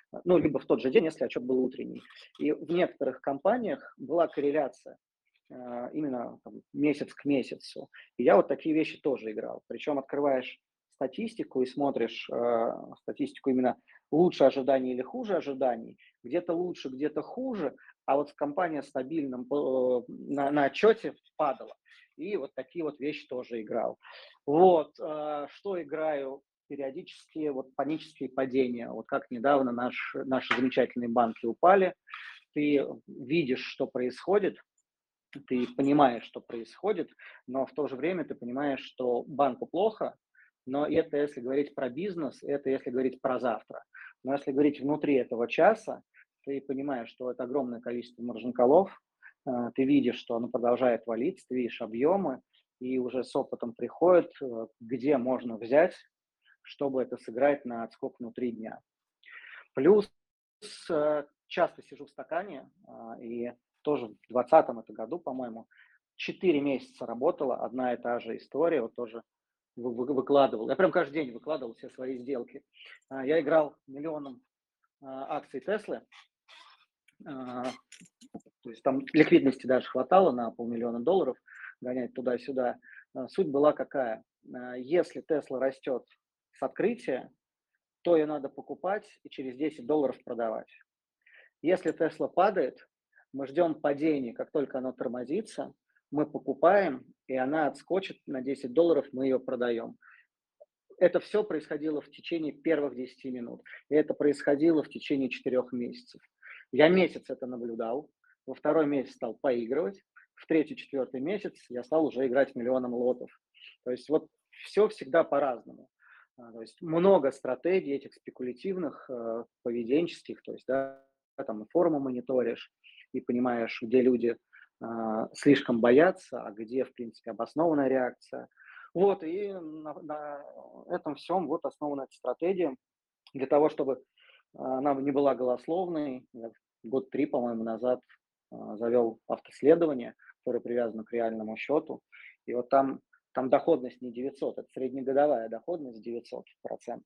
ну, либо в тот же день, если отчет был утренний. И в некоторых компаниях была корреляция именно там, месяц к месяцу. И я вот такие вещи тоже играл. Причем открываешь статистику и смотришь статистику именно лучше ожиданий или хуже ожиданий. Где-то лучше, где-то хуже, а вот компания стабильно на отчете падала. И вот такие вот вещи тоже играл. Вот, что играю периодически, вот панические падения. Вот как недавно наши замечательные банки упали, ты видишь, что происходит, ты понимаешь, что происходит, но в то же время ты понимаешь, что банку плохо, но это если говорить про бизнес, это если говорить про завтра. Но если говорить внутри этого часа, ты понимаешь, что это огромное количество маржин-коллов, ты видишь, что оно продолжает валиться, ты видишь объемы, и уже с опытом приходит, где можно взять, чтобы это сыграть на отскок внутри дня. Плюс часто сижу в стакане, и тоже в 2020 это году, по-моему, 4 месяца работала, одна и та же история, вот тоже выкладывал. Я прям каждый день выкладывал все свои сделки. Я играл миллионом акций Теслы, а, то есть там ликвидности даже хватало на $500 000 гонять туда-сюда. Суть была какая? Если Тесла растет с открытия, то ее надо покупать и через $10 продавать. Если Тесла падает, мы ждем падения, как только оно тормозится, мы покупаем, и она отскочит на $10, мы ее продаем. Это все происходило в течение первых 10 минут. И это происходило в течение 4 месяцев. Я месяц это наблюдал, во второй месяц стал поигрывать, в третий, четвертый месяц я стал уже играть миллионом лотов. То есть вот все всегда по-разному. То есть много стратегий этих спекулятивных, поведенческих, то есть, да, там и форумы мониторишь, и понимаешь, где люди слишком боятся, а где, в принципе, обоснованная реакция. Вот, и на этом всем вот основана эта стратегия для того, чтобы она не была голословной. Я год 3, по-моему, назад завел автоследование, которое привязано к реальному счету. И вот там доходность не 900, это среднегодовая доходность 900%.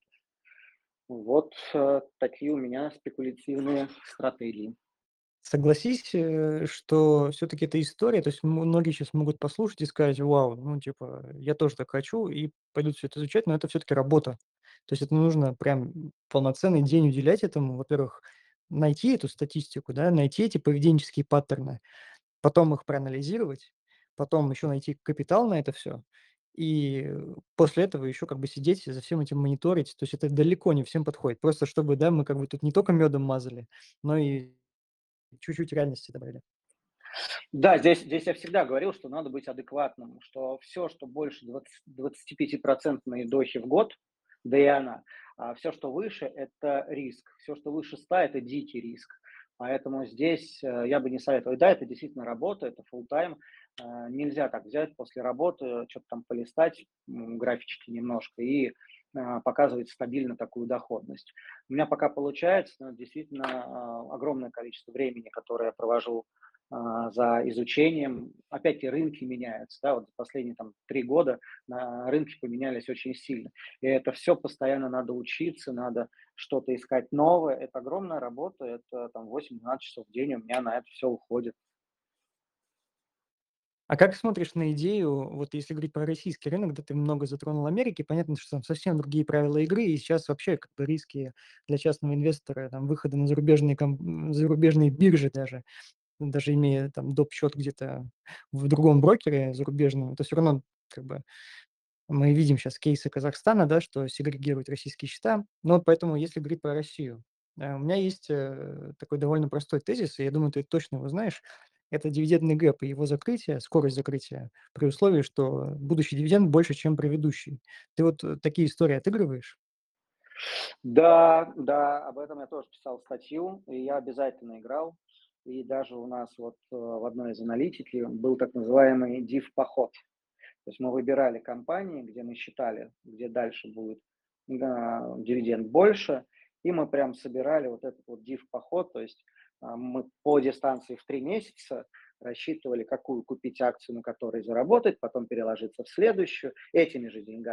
Вот такие у меня спекулятивные стратегии. Согласись, что все таки эта история, то есть многие сейчас могут послушать и сказать: "Вау, ну, типа, я тоже так хочу", и пойдут все это изучать, но это все таки работа. То есть это нужно прям полноценный день уделять этому. Во-первых, найти эту статистику, да, найти эти поведенческие паттерны, потом их проанализировать, потом еще найти капитал на это все, и после этого еще как бы сидеть и за всем этим мониторить. То есть это далеко не всем подходит. Просто чтобы, да, мы как бы тут не только медом мазали, но и чуть-чуть реальности добавили. Да, здесь я всегда говорил, что надо быть адекватным, что все, что больше 25% дохи в год, да и она, а все, что выше, это риск. Все, что выше 100, это дикий риск. Поэтому здесь я бы не советовал. Да, это действительно работа, это full time. Нельзя так взять после работы, что-то там полистать, графички немножко, и показывать стабильно такую доходность. У меня пока получается, но действительно огромное количество времени, которое я провожу за изучением. Опять-таки рынки меняются, да, вот за последние там 3 года рынки поменялись очень сильно. И это все постоянно надо учиться, надо что-то искать новое. Это огромная работа, это там 8-12 часов в день у меня на это все уходит. А как смотришь на идею, вот если говорить про российский рынок, да, ты много затронул Америки, понятно, что там совсем другие правила игры, и сейчас вообще как бы риски для частного инвестора, там, выхода на зарубежные биржи даже имея там доп. Счет где-то в другом брокере зарубежном, это все равно как бы мы видим сейчас кейсы Казахстана, да, что сегрегируют российские счета. Но вот поэтому, если говорить про Россию, у меня есть, такой довольно простой тезис, и я думаю, ты точно его знаешь. Это дивидендный гэп и его закрытие, скорость закрытия при условии, что будущий дивиденд больше, чем предыдущий. Ты вот, такие истории отыгрываешь? Да, да, об этом я тоже писал статью, и я обязательно играл. И даже у нас вот в одной из аналитики был так называемый див-поход. То есть мы выбирали компании, где мы считали, где дальше будет дивиденд больше, и мы прям собирали вот этот вот див-поход, то есть мы по дистанции в 3 месяца рассчитывали, какую купить акцию, на которой заработать, потом переложиться в следующую этими же деньгами.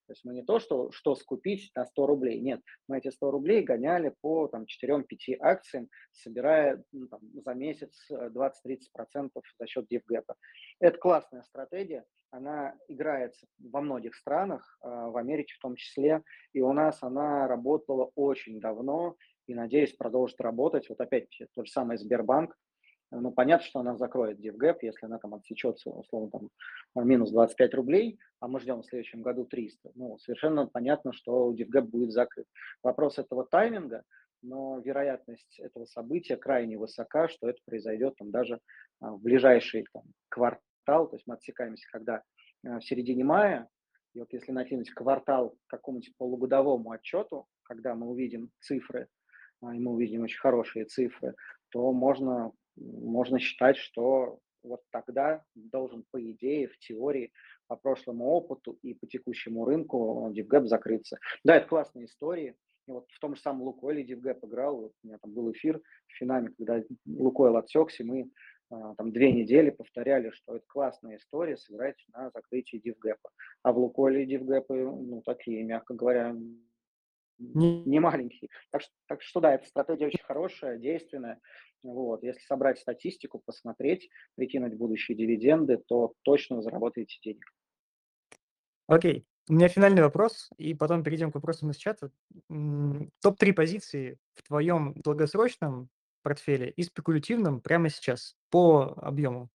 То есть мы не то, что скупить на 100 рублей, нет, мы эти 100 рублей гоняли по там, 4-5 акциям, собирая там, за месяц 20-30% за счет дивгэпа. Это классная стратегия, она играется во многих странах, в Америке в том числе, и у нас она работала очень давно, и, надеюсь, продолжит работать. Вот опять тот же самый Сбербанк, ну, понятно, что она закроет DivGap, если она там отсечется, условно, там, минус 25 рублей, а мы ждем в следующем году 300. Ну, совершенно понятно, что DivGap будет закрыт. Вопрос этого тайминга, но вероятность этого события крайне высока, что это произойдет там даже в ближайший там, квартал, то есть мы отсекаемся, когда в середине мая, и вот если накинуть квартал к какому-нибудь полугодовому отчету, когда мы увидим цифры, и мы увидим очень хорошие цифры, то можно считать, что вот тогда должен, по идее, в теории, по прошлому опыту и по текущему рынку DivGap закрыться. Да, это классные истории. И вот в том же самом Лукойле DivGap играл. Вот у меня там был эфир в Финаме, когда Лукойл отсекся, мы там 2 недели повторяли, что это классная история, сыграть на закрытии DivGap. А в Лукойле DivGap, ну, такие, мягко говоря, Не не маленький. Так что да, эта стратегия очень хорошая, действенная. Вот. Если собрать статистику, посмотреть, прикинуть будущие дивиденды, то точно заработаете денег. Окей. У меня финальный вопрос, и потом перейдем к вопросам из чата. Топ-3 позиции в твоем долгосрочном портфеле и спекулятивном прямо сейчас по объему.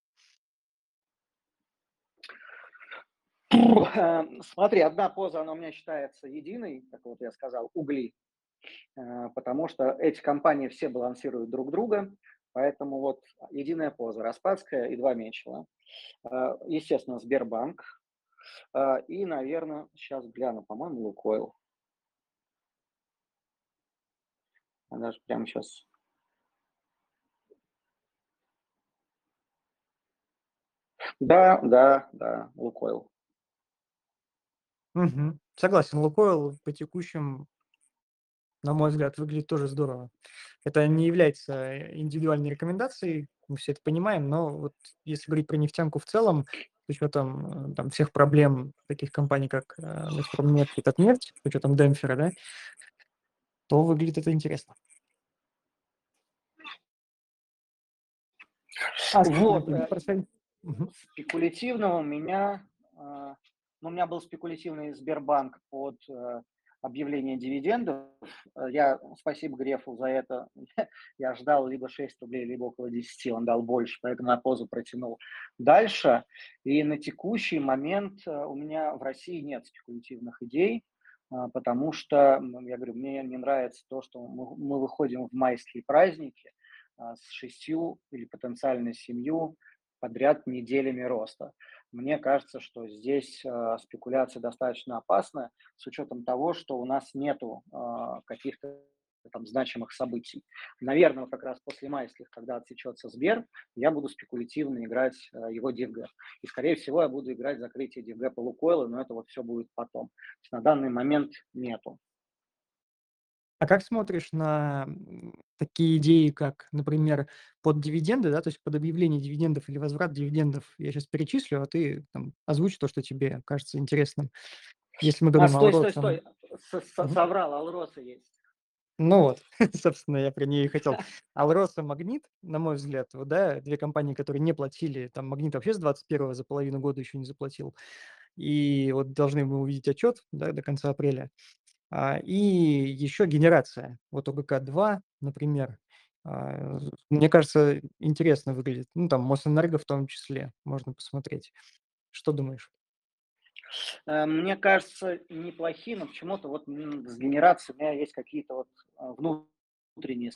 Смотри, одна поза, она у меня считается единой, как вот я сказал, угли, потому что эти компании все балансируют друг друга, поэтому вот единая поза, Распадская и два Мечела. Естественно, Сбербанк и, наверное, сейчас гляну, по-моему, Лукойл. Я даже прямо сейчас. Да, да, да, Лукойл. Мгм. Согласен, «Лукойл» по текущим, на мой взгляд, выглядит тоже здорово. Это не является индивидуальной рекомендацией, мы все это понимаем, но вот если говорить про нефтянку в целом, с учетом там всех проблем таких компаний, как «Газпромнефть» и «Татнефть», с учетом демпфера, да, то выглядит это интересно. А Вот, спекулятивный портфель? Мгм. спекулятивного у меня, ну, у меня был спекулятивный Сбербанк под объявление дивидендов. Я, спасибо Грефу за это, я ждал либо 6 рублей, либо около 10, он дал больше, поэтому я позу протянул дальше. И на текущий момент у меня в России нет спекулятивных идей, потому что, я говорю, мне не нравится то, что мы выходим в майские праздники с 6 или потенциально 7 подряд неделями роста. Мне кажется, что здесь спекуляция достаточно опасная с учетом того, что у нас нету каких-то там значимых событий. Наверное, вот как раз после майских, когда отсечется Сбер, я буду спекулятивно играть его дивгэп. И, скорее всего, я буду играть закрытие дивгэпа Лукойла, но это вот все будет потом. То есть на данный момент нету. А как смотришь на такие идеи, как, например, под дивиденды, да, то есть под объявление дивидендов или возврат дивидендов? Я сейчас перечислю, а ты там озвучь то, что тебе кажется интересным. Если мы говорим о Стой, стой, Алроса. стой. Соврал, Алроса есть. Ну вот, собственно, я про нее и хотел. «Алроса», «Магнит», на мой взгляд, вот, да, 2 компании, которые не платили, там «Магнит» вообще с 21 за половину года еще не заплатил, и вот должны мы увидеть отчет, да, до конца апреля. И еще «Генерация», вот ОГК-2, например, мне кажется, интересно выглядит. Ну, там «Мосэнерго» в том числе можно посмотреть. Что думаешь? Мне кажется, неплохие, но почему-то вот с генерацией у меня есть какие-то вот внутренние,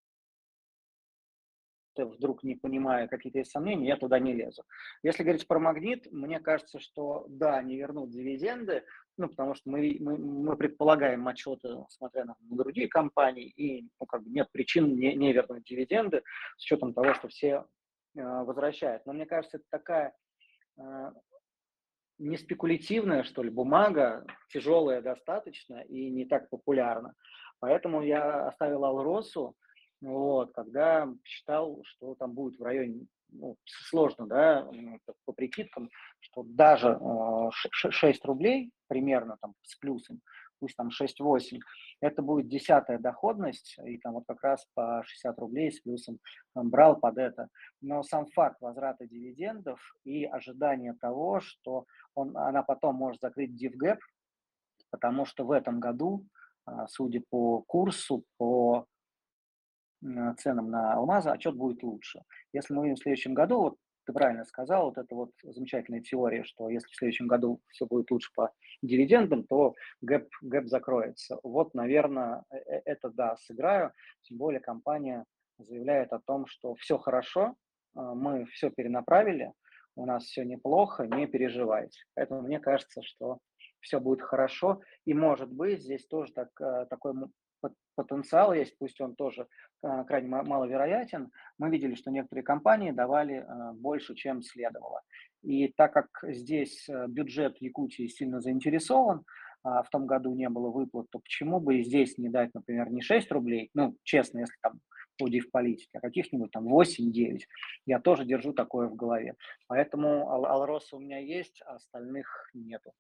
вдруг не понимаю, какие-то есть сомнения, я туда не лезу. Если говорить про магнит, мне кажется, что да, они вернут дивиденды, ну, потому что мы предполагаем отчеты, смотря на другие компании, и ну, как бы нет причин не вернуть дивиденды с учетом того, что все возвращают. Но мне кажется, это такая э, не спекулятивная, что ли, бумага, тяжелая достаточно и не так популярна. Поэтому я оставил Алросу. Вот, когда считал, что там будет в районе, ну, сложно, да, так по прикидкам, что даже 6 рублей примерно там с плюсом, пусть там 6-8, это будет десятая доходность, и там вот как раз по 60 рублей с плюсом брал под это. Но сам факт возврата дивидендов и ожидание того, что она потом может закрыть дивгэп, потому что в этом году, судя по курсу, по ценам на алмазы, отчет будет лучше. Если мы увидим в следующем году, вот ты правильно сказал, вот это вот замечательная теория, что если в следующем году все будет лучше по дивидендам, то гэп закроется. Вот, наверное, это да, сыграю. Тем более компания заявляет о том, что все хорошо, мы все перенаправили, у нас все неплохо, не переживайте. Поэтому мне кажется, что все будет хорошо. И, может быть, здесь тоже такой потенциал есть, пусть он тоже крайне маловероятен. Мы видели, что некоторые компании давали больше, чем следовало. И так как здесь бюджет Якутии сильно заинтересован, в том году не было выплат, то почему бы и здесь не дать, например, не 6 рублей, ну, честно, если там в политике, а каких-нибудь там 8-9. Я тоже держу такое в голове. Поэтому Алроса у меня есть, а остальных нету.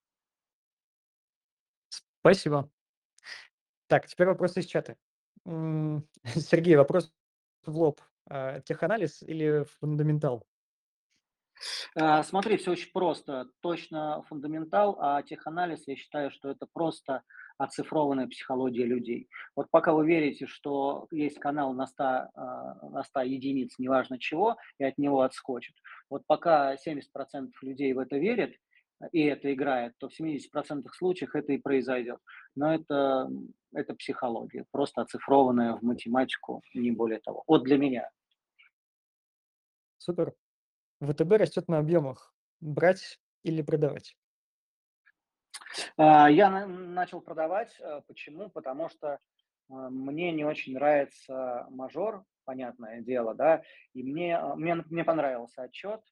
Спасибо. Так, теперь вопрос из чата. Сергей, вопрос в лоб. Теханализ или фундаментал? Смотри, все очень просто. Точно фундаментал, а теханализ, я считаю, что это просто оцифрованная психология людей. Вот пока вы верите, что есть канал на 100 единиц, неважно чего, и от него отскочит. Вот пока 70% людей в это верят, и это играет, то в 70% случаях это и произойдет. Но это психология, просто оцифрованная в математику, не более того. Вот для меня. Супер. ВТБ растет на объемах. Брать или продавать? Я начал продавать. Почему? Потому что мне не очень нравится мажор, понятное дело, да, и мне понравился отчет,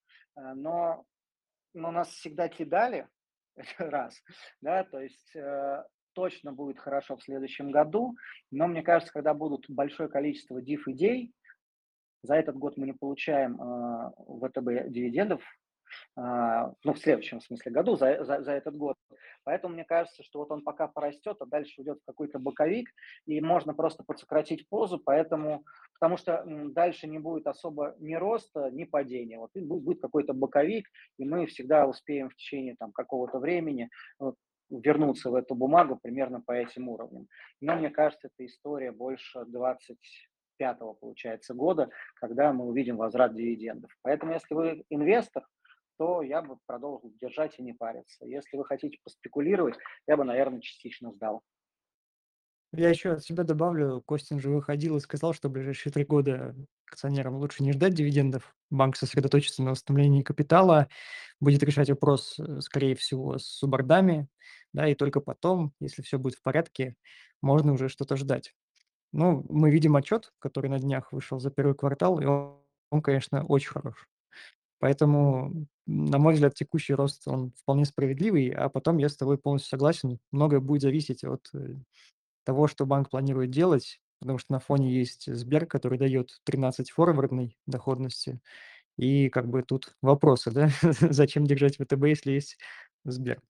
но нас всегда кидали, это раз, да, то есть точно будет хорошо в следующем году, но мне кажется, когда будут большое количество див-идей, за этот год мы не получаем ВТБ дивидендов, ну, в следующем, в смысле, году, за этот год. Поэтому мне кажется, что вот он пока порастет, а дальше уйдет в какой-то боковик, и можно просто подсократить позу, потому что дальше не будет особо ни роста, ни падения. Вот и будет какой-то боковик, и мы всегда успеем в течение там какого-то времени вот, вернуться в эту бумагу примерно по этим уровням. Но мне кажется, эта история больше 25-го, получается, года, когда мы увидим возврат дивидендов. Поэтому, если вы инвестор, то я бы продолжил держать и не париться. Если вы хотите поспекулировать, я бы, наверное, частично сдал. Я еще от себя добавлю, Костин же выходил и сказал, что в ближайшие 3 года акционерам лучше не ждать дивидендов. Банк сосредоточится на восстановлении капитала, будет решать вопрос, скорее всего, с суббордами, да, и только потом, если все будет в порядке, можно уже что-то ждать. Ну, мы видим отчет, который на днях вышел за первый квартал, и он, конечно, очень хорош. Поэтому, на мой взгляд, текущий рост, он вполне справедливый, а потом я с тобой полностью согласен. Многое будет зависеть от того, что банк планирует делать, потому что на фоне есть Сбер, который дает 13 форвардной доходности. И как бы тут вопросы, да, зачем держать ВТБ, если есть Сбер.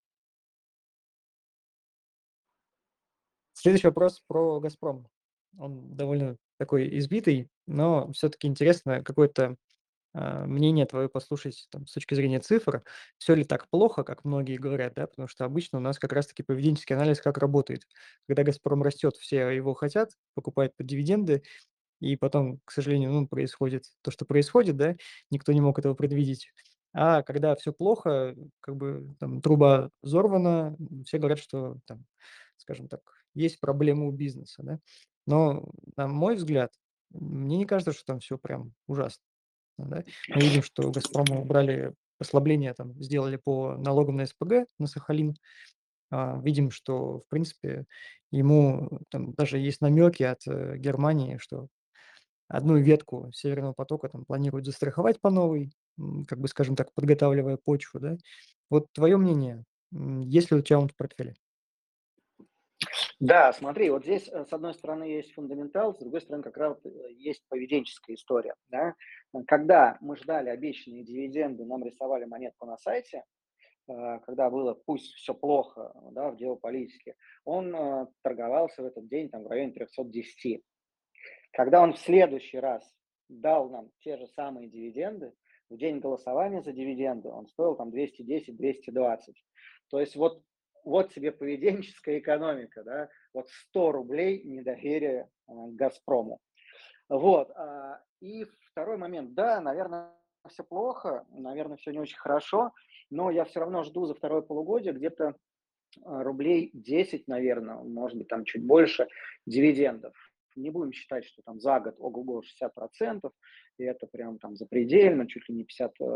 Следующий вопрос про «Газпром». Он довольно такой избитый, но все-таки интересно какое-то мнение твое послушать там, с точки зрения цифр. Все ли так плохо, как многие говорят, да? Потому что обычно у нас как раз-таки поведенческий анализ как работает. Когда «Газпром» растет, все его хотят, покупают под дивиденды, и потом, к сожалению, ну, происходит то, что происходит, да, никто не мог этого предвидеть. А когда все плохо, как бы там труба взорвана, все говорят, что там, скажем так, есть проблемы у бизнеса, да. Но, на мой взгляд, мне не кажется, что там все прям ужасно, да. Мы видим, что «Газпрому» убрали послабления, там, сделали по налогам на СПГ, на Сахалин. Видим, что, в принципе, ему там даже есть намеки от, Германии, что одну ветку Северного потока там планируют застраховать по новой, как бы, скажем так, подготавливая почву, да. Вот твое мнение, есть ли у тебя он в портфеле? Да, смотри, вот здесь, с одной стороны, есть фундаментал, с другой стороны, как раз есть поведенческая история, да. Когда мы ждали обещанные дивиденды, нам рисовали монетку на сайте, когда было пусть все плохо, да, в геополитике, он, торговался в этот день там в районе 310. Когда он в следующий раз дал нам те же самые дивиденды, в день голосования за дивиденды он стоил там 210-220. То есть вот тебе поведенческая экономика, да, вот 100 рублей недоверия, «Газпрому». Вот, и второй момент. Да, наверное, все плохо, наверное, все не очень хорошо, но я все равно жду за второе полугодие где-то рублей 10, наверное, может быть, там чуть больше дивидендов. Не будем считать, что там за год, ого-го, 60%, и это прям там запредельно, чуть ли не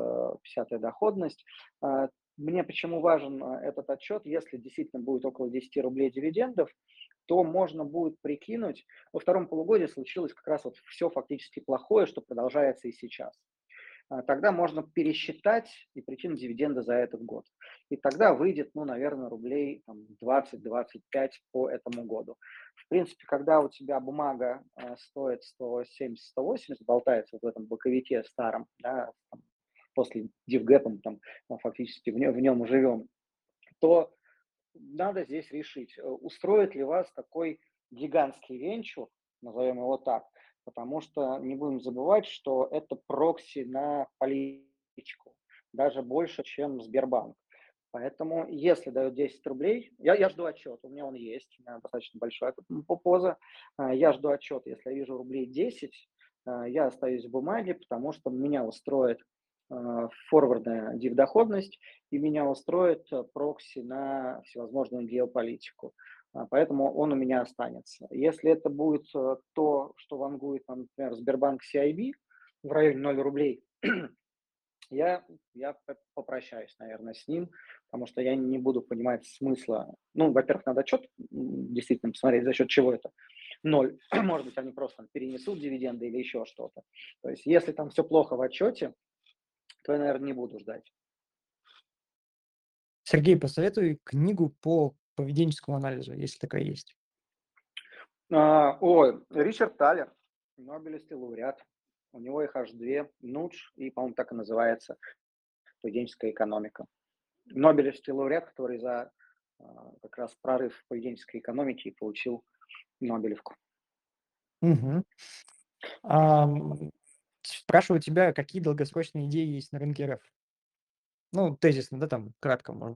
50-я доходность. Мне почему важен этот отчет? Если действительно будет около 10 рублей дивидендов, то можно будет прикинуть, во втором полугодии случилось как раз вот все фактически плохое, что продолжается и сейчас. Тогда можно пересчитать и прикинуть дивиденды за этот год. И тогда выйдет, ну, наверное, рублей там 20-25 по этому году. В принципе, когда у тебя бумага стоит 170-180, болтается вот в этом боковике старом, да, там, после дивгэпа мы там фактически в нем живем, то надо здесь решить, устроит ли вас такой гигантский венчур, назовем его так, потому что не будем забывать, что это прокси на политику, даже больше, чем Сбербанк. Поэтому, если дают 10 рублей, я жду отчет, у меня он есть, у меня достаточно большая поза, я жду отчет, если я вижу рублей 10, я остаюсь в бумаге, потому что меня устроит форвардная див-доходность, и меня устроит прокси на всевозможную геополитику. Поэтому он у меня останется. Если это будет то, что вангует, нам, например, Сбербанк CIB в районе 0 рублей, я попрощаюсь, наверное, с ним, потому что я не буду понимать смысла. Ну, во-первых, надо отчет действительно посмотреть, за счет чего это ноль. Может быть, они просто перенесут дивиденды или еще что-то. То есть, если там все плохо в отчете, то я, наверное, не буду ждать. Сергей, посоветуй книгу по поведенческому анализу, если такая есть. Ой, Ричард Талер, Нобелевский лауреат. У него их аж две, «Нудж» и, по-моему, так и называется «Поведенческая экономика». Нобелевский лауреат, который за как раз прорыв в поведенческой экономике и получил Нобелевку. Мгм. Ам, Спрашиваю тебя, какие долгосрочные идеи есть на рынке РФ? Ну, тезисно, да, там, кратко, можно.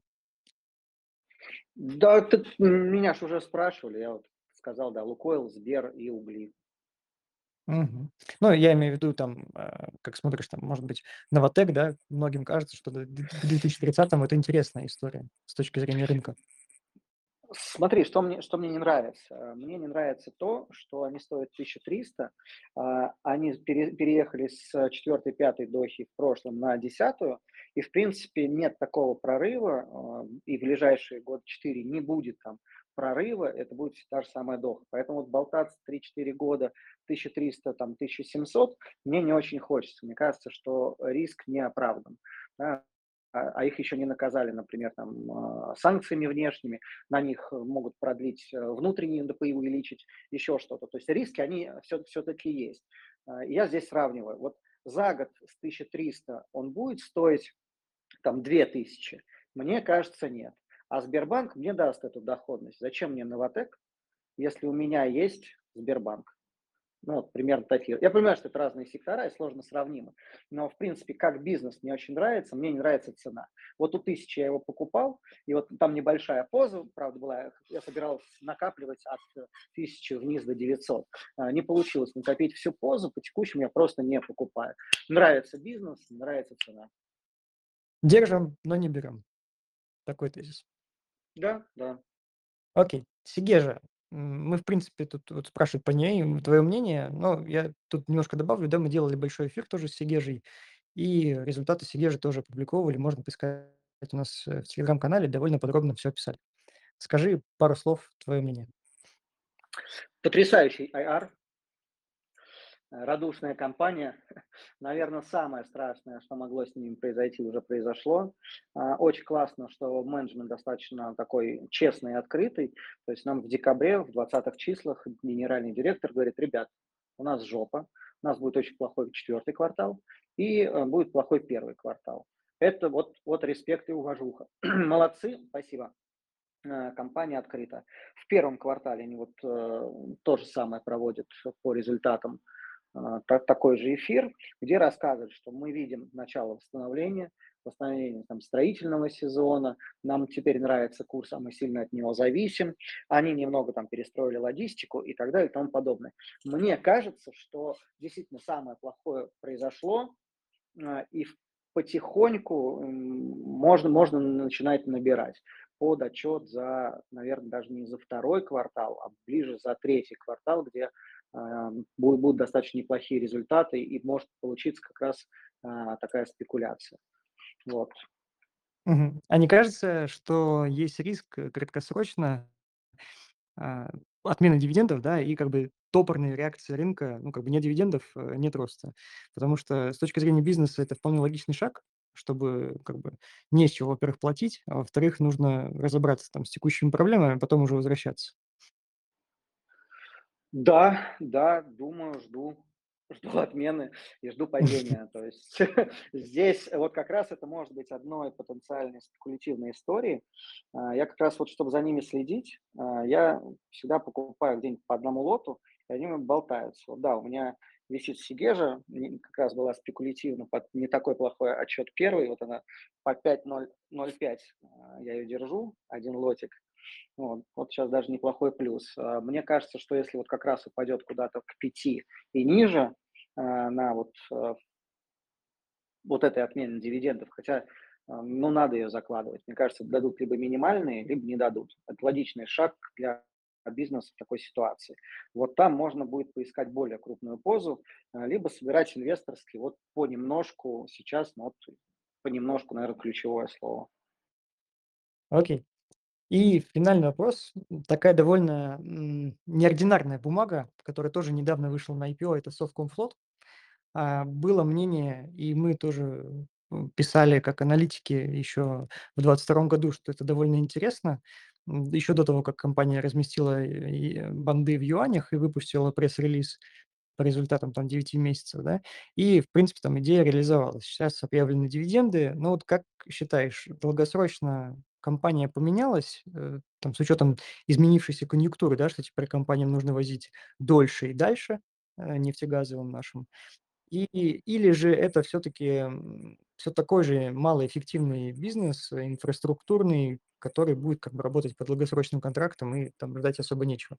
Да, меня ж уже спрашивали, я вот сказал, да, «Лукойл», «Сбер» и угли. Мгм. Ну, я имею в виду, там, как смотришь, там, может быть, «Новатэк», да, многим кажется, что к 2030-му это интересная история с точки зрения рынка. Смотри, что мне не нравится. Мне не нравится то, что они стоят 1300, они переехали с четвертой, пятой дохи в прошлом на десятую, и, в принципе, нет такого прорыва, и в ближайшие год 4 не будет там прорыва, это будет всё та же самая доха. Поэтому вот болтаться 3-4 года 1300, там, 1700 мне не очень хочется. Мне кажется, что риск не оправдан, да. Их еще не наказали, например, там, санкциями внешними, на них могут продлить внутренние НДПИ, увеличить, еще что-то. То есть риски, они все-таки есть. И я здесь сравниваю. Вот за год с 1300 он будет стоить там 2000? Мне кажется, нет. А Сбербанк мне даст эту доходность. Зачем мне Новотек, если у меня есть Сбербанк? Ну, вот примерно такие. Я понимаю, что это разные сектора и сложно сравнимы. Но, в принципе, как бизнес мне очень нравится, мне не нравится цена. Вот у 1000 я его покупал, и вот там небольшая поза, правда, была, я собирался накапливать от 1000 вниз до 900. Не получилось накопить всю позу, по текущему я просто не покупаю. Нравится бизнес, нравится цена. Держим, но не берем. Такой тезис. Да, да. Окей. Сигежа. Мы, в принципе, тут вот спрашивают по ней твое мнение, но я тут немножко добавлю, да, мы делали большой эфир тоже с Сигежей, и результаты Сигежи тоже опубликовывали. Можно поискать у нас в телеграм-канале, довольно подробно все описали. Скажи пару слов, твое мнение. Потрясающий IR. радушная компания. Наверное, самое страшное, что могло с ними произойти, уже произошло. Очень классно, что менеджмент достаточно такой честный и открытый. То есть нам в декабре, в 20-х числах генеральный директор говорит: ребят, у нас жопа, у нас будет очень плохой четвертый квартал и будет плохой первый квартал. Это вот респект и уважуха. Молодцы, спасибо. Компания открыта. В первом квартале они вот то же самое проводят по результатам, такой же эфир, где рассказывают, что мы видим начало восстановления там, строительного сезона, нам теперь нравится курс, а мы сильно от него зависим, они немного там перестроили логистику и так далее и тому подобное. Мне кажется, что действительно самое плохое произошло, и потихоньку можно начинать набирать под отчет за, наверное, даже не за второй квартал, а ближе за третий квартал, где будут достаточно неплохие результаты и может получиться как раз такая спекуляция. Вот. Мгм. А не кажется, что есть риск краткосрочно а, отмены дивидендов, да, и как бы топорная реакция рынка, ну, как бы нет дивидендов, нет роста. Потому что с точки зрения бизнеса это вполне логичный шаг, чтобы как бы не с чего, во-первых, платить, а во-вторых, нужно разобраться там с текущими проблемами, а потом уже возвращаться. Да, да, думаю, жду отмены и жду падения. То есть здесь вот как раз это может быть одной потенциальной спекулятивной историей. Я как раз вот, чтобы за ними следить, я всегда покупаю где-нибудь по одному лоту, и они болтаются. Вот да, у меня висит Сигежа, как раз была спекулятивно, под не такой плохой отчет первый, вот она по 5,005 я ее держу, один лотик. Вот сейчас даже неплохой плюс. Мне кажется, что если вот как раз упадет куда-то к 5 и ниже, на вот этой отмене дивидендов, хотя, ну, надо ее закладывать. Мне кажется, дадут либо минимальные, либо не дадут. Это логичный шаг для бизнеса в такой ситуации. Вот там можно будет поискать более крупную позу, либо собирать инвесторский вот понемножку сейчас, ну, вот понемножку, наверное, ключевое слово. Окей. И финальный вопрос. Такая довольно неординарная бумага, которая тоже недавно вышла на IPO, это Совкомфлот. Было мнение, и мы тоже, писали как аналитики еще в 22 году, что это довольно интересно. Еще до того, как компания разместила банды в юанях и выпустила пресс-релиз по результатам там 9 месяцев, да. И, в принципе, там идея реализовалась. Сейчас объявлены дивиденды. Но вот как считаешь, долгосрочно компания поменялась, там, с учетом изменившейся конъюнктуры, да, что теперь компаниям нужно возить дольше и дальше, нефтегазовым нашим? Или же это все-таки все такой же малоэффективный бизнес, инфраструктурный, который будет как бы работать по долгосрочным контрактам и там ждать особо нечего?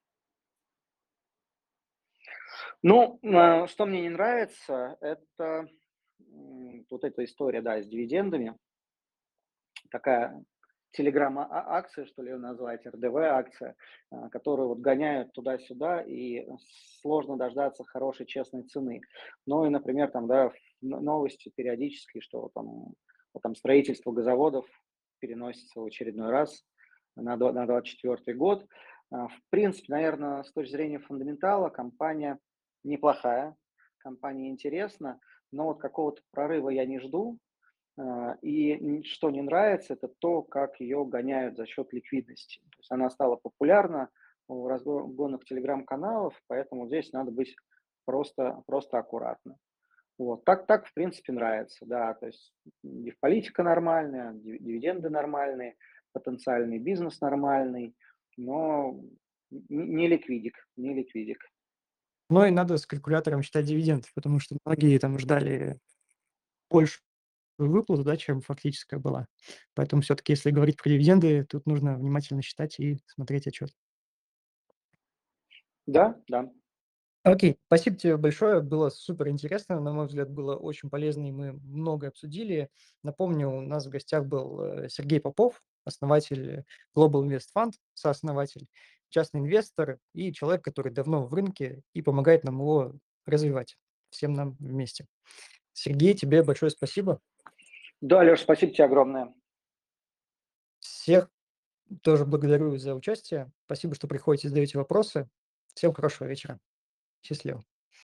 Ну, что мне не нравится, это вот эта история, да, с дивидендами. Такая телеграм-акция, что ли, её назвать, РДВ-акция, которую вот гоняют туда-сюда, и сложно дождаться хорошей, честной цены. Ну и, например, там, да, новости периодически, что вот там строительство газоводов переносится в очередной раз на 24 год. В принципе, наверное, с точки зрения фундаментала компания неплохая, компания интересна, но вот какого-то прорыва я не жду. Что не нравится, это то, как ее гоняют за счет ликвидности. То есть она стала популярна в разгонах телеграм-каналов, поэтому здесь надо быть просто аккуратно. Вот. Так, в принципе, нравится, да. То есть политика нормальная, дивиденды нормальные, потенциальный бизнес нормальный, но не ликвидик, не ликвидик. Но и надо с калькулятором считать дивиденды, потому что многие там ждали больше выплату, да, чем фактическая была. Поэтому все-таки, если говорить про дивиденды, тут нужно внимательно считать и смотреть отчет. Да, да. Окей, спасибо тебе большое. Было супер интересно. На мой взгляд, было очень полезно, и мы многое обсудили. Напомню, у нас в гостях был Сергей Попов, основатель Global Invest Fund, сооснователь, частный инвестор и человек, который давно в рынке и помогает нам его развивать, всем нам вместе. Сергей, тебе большое спасибо. Да, Леш, спасибо тебе огромное. Всех тоже благодарю за участие. Спасибо, что приходите, задаете вопросы. Всем хорошего вечера. Счастливо.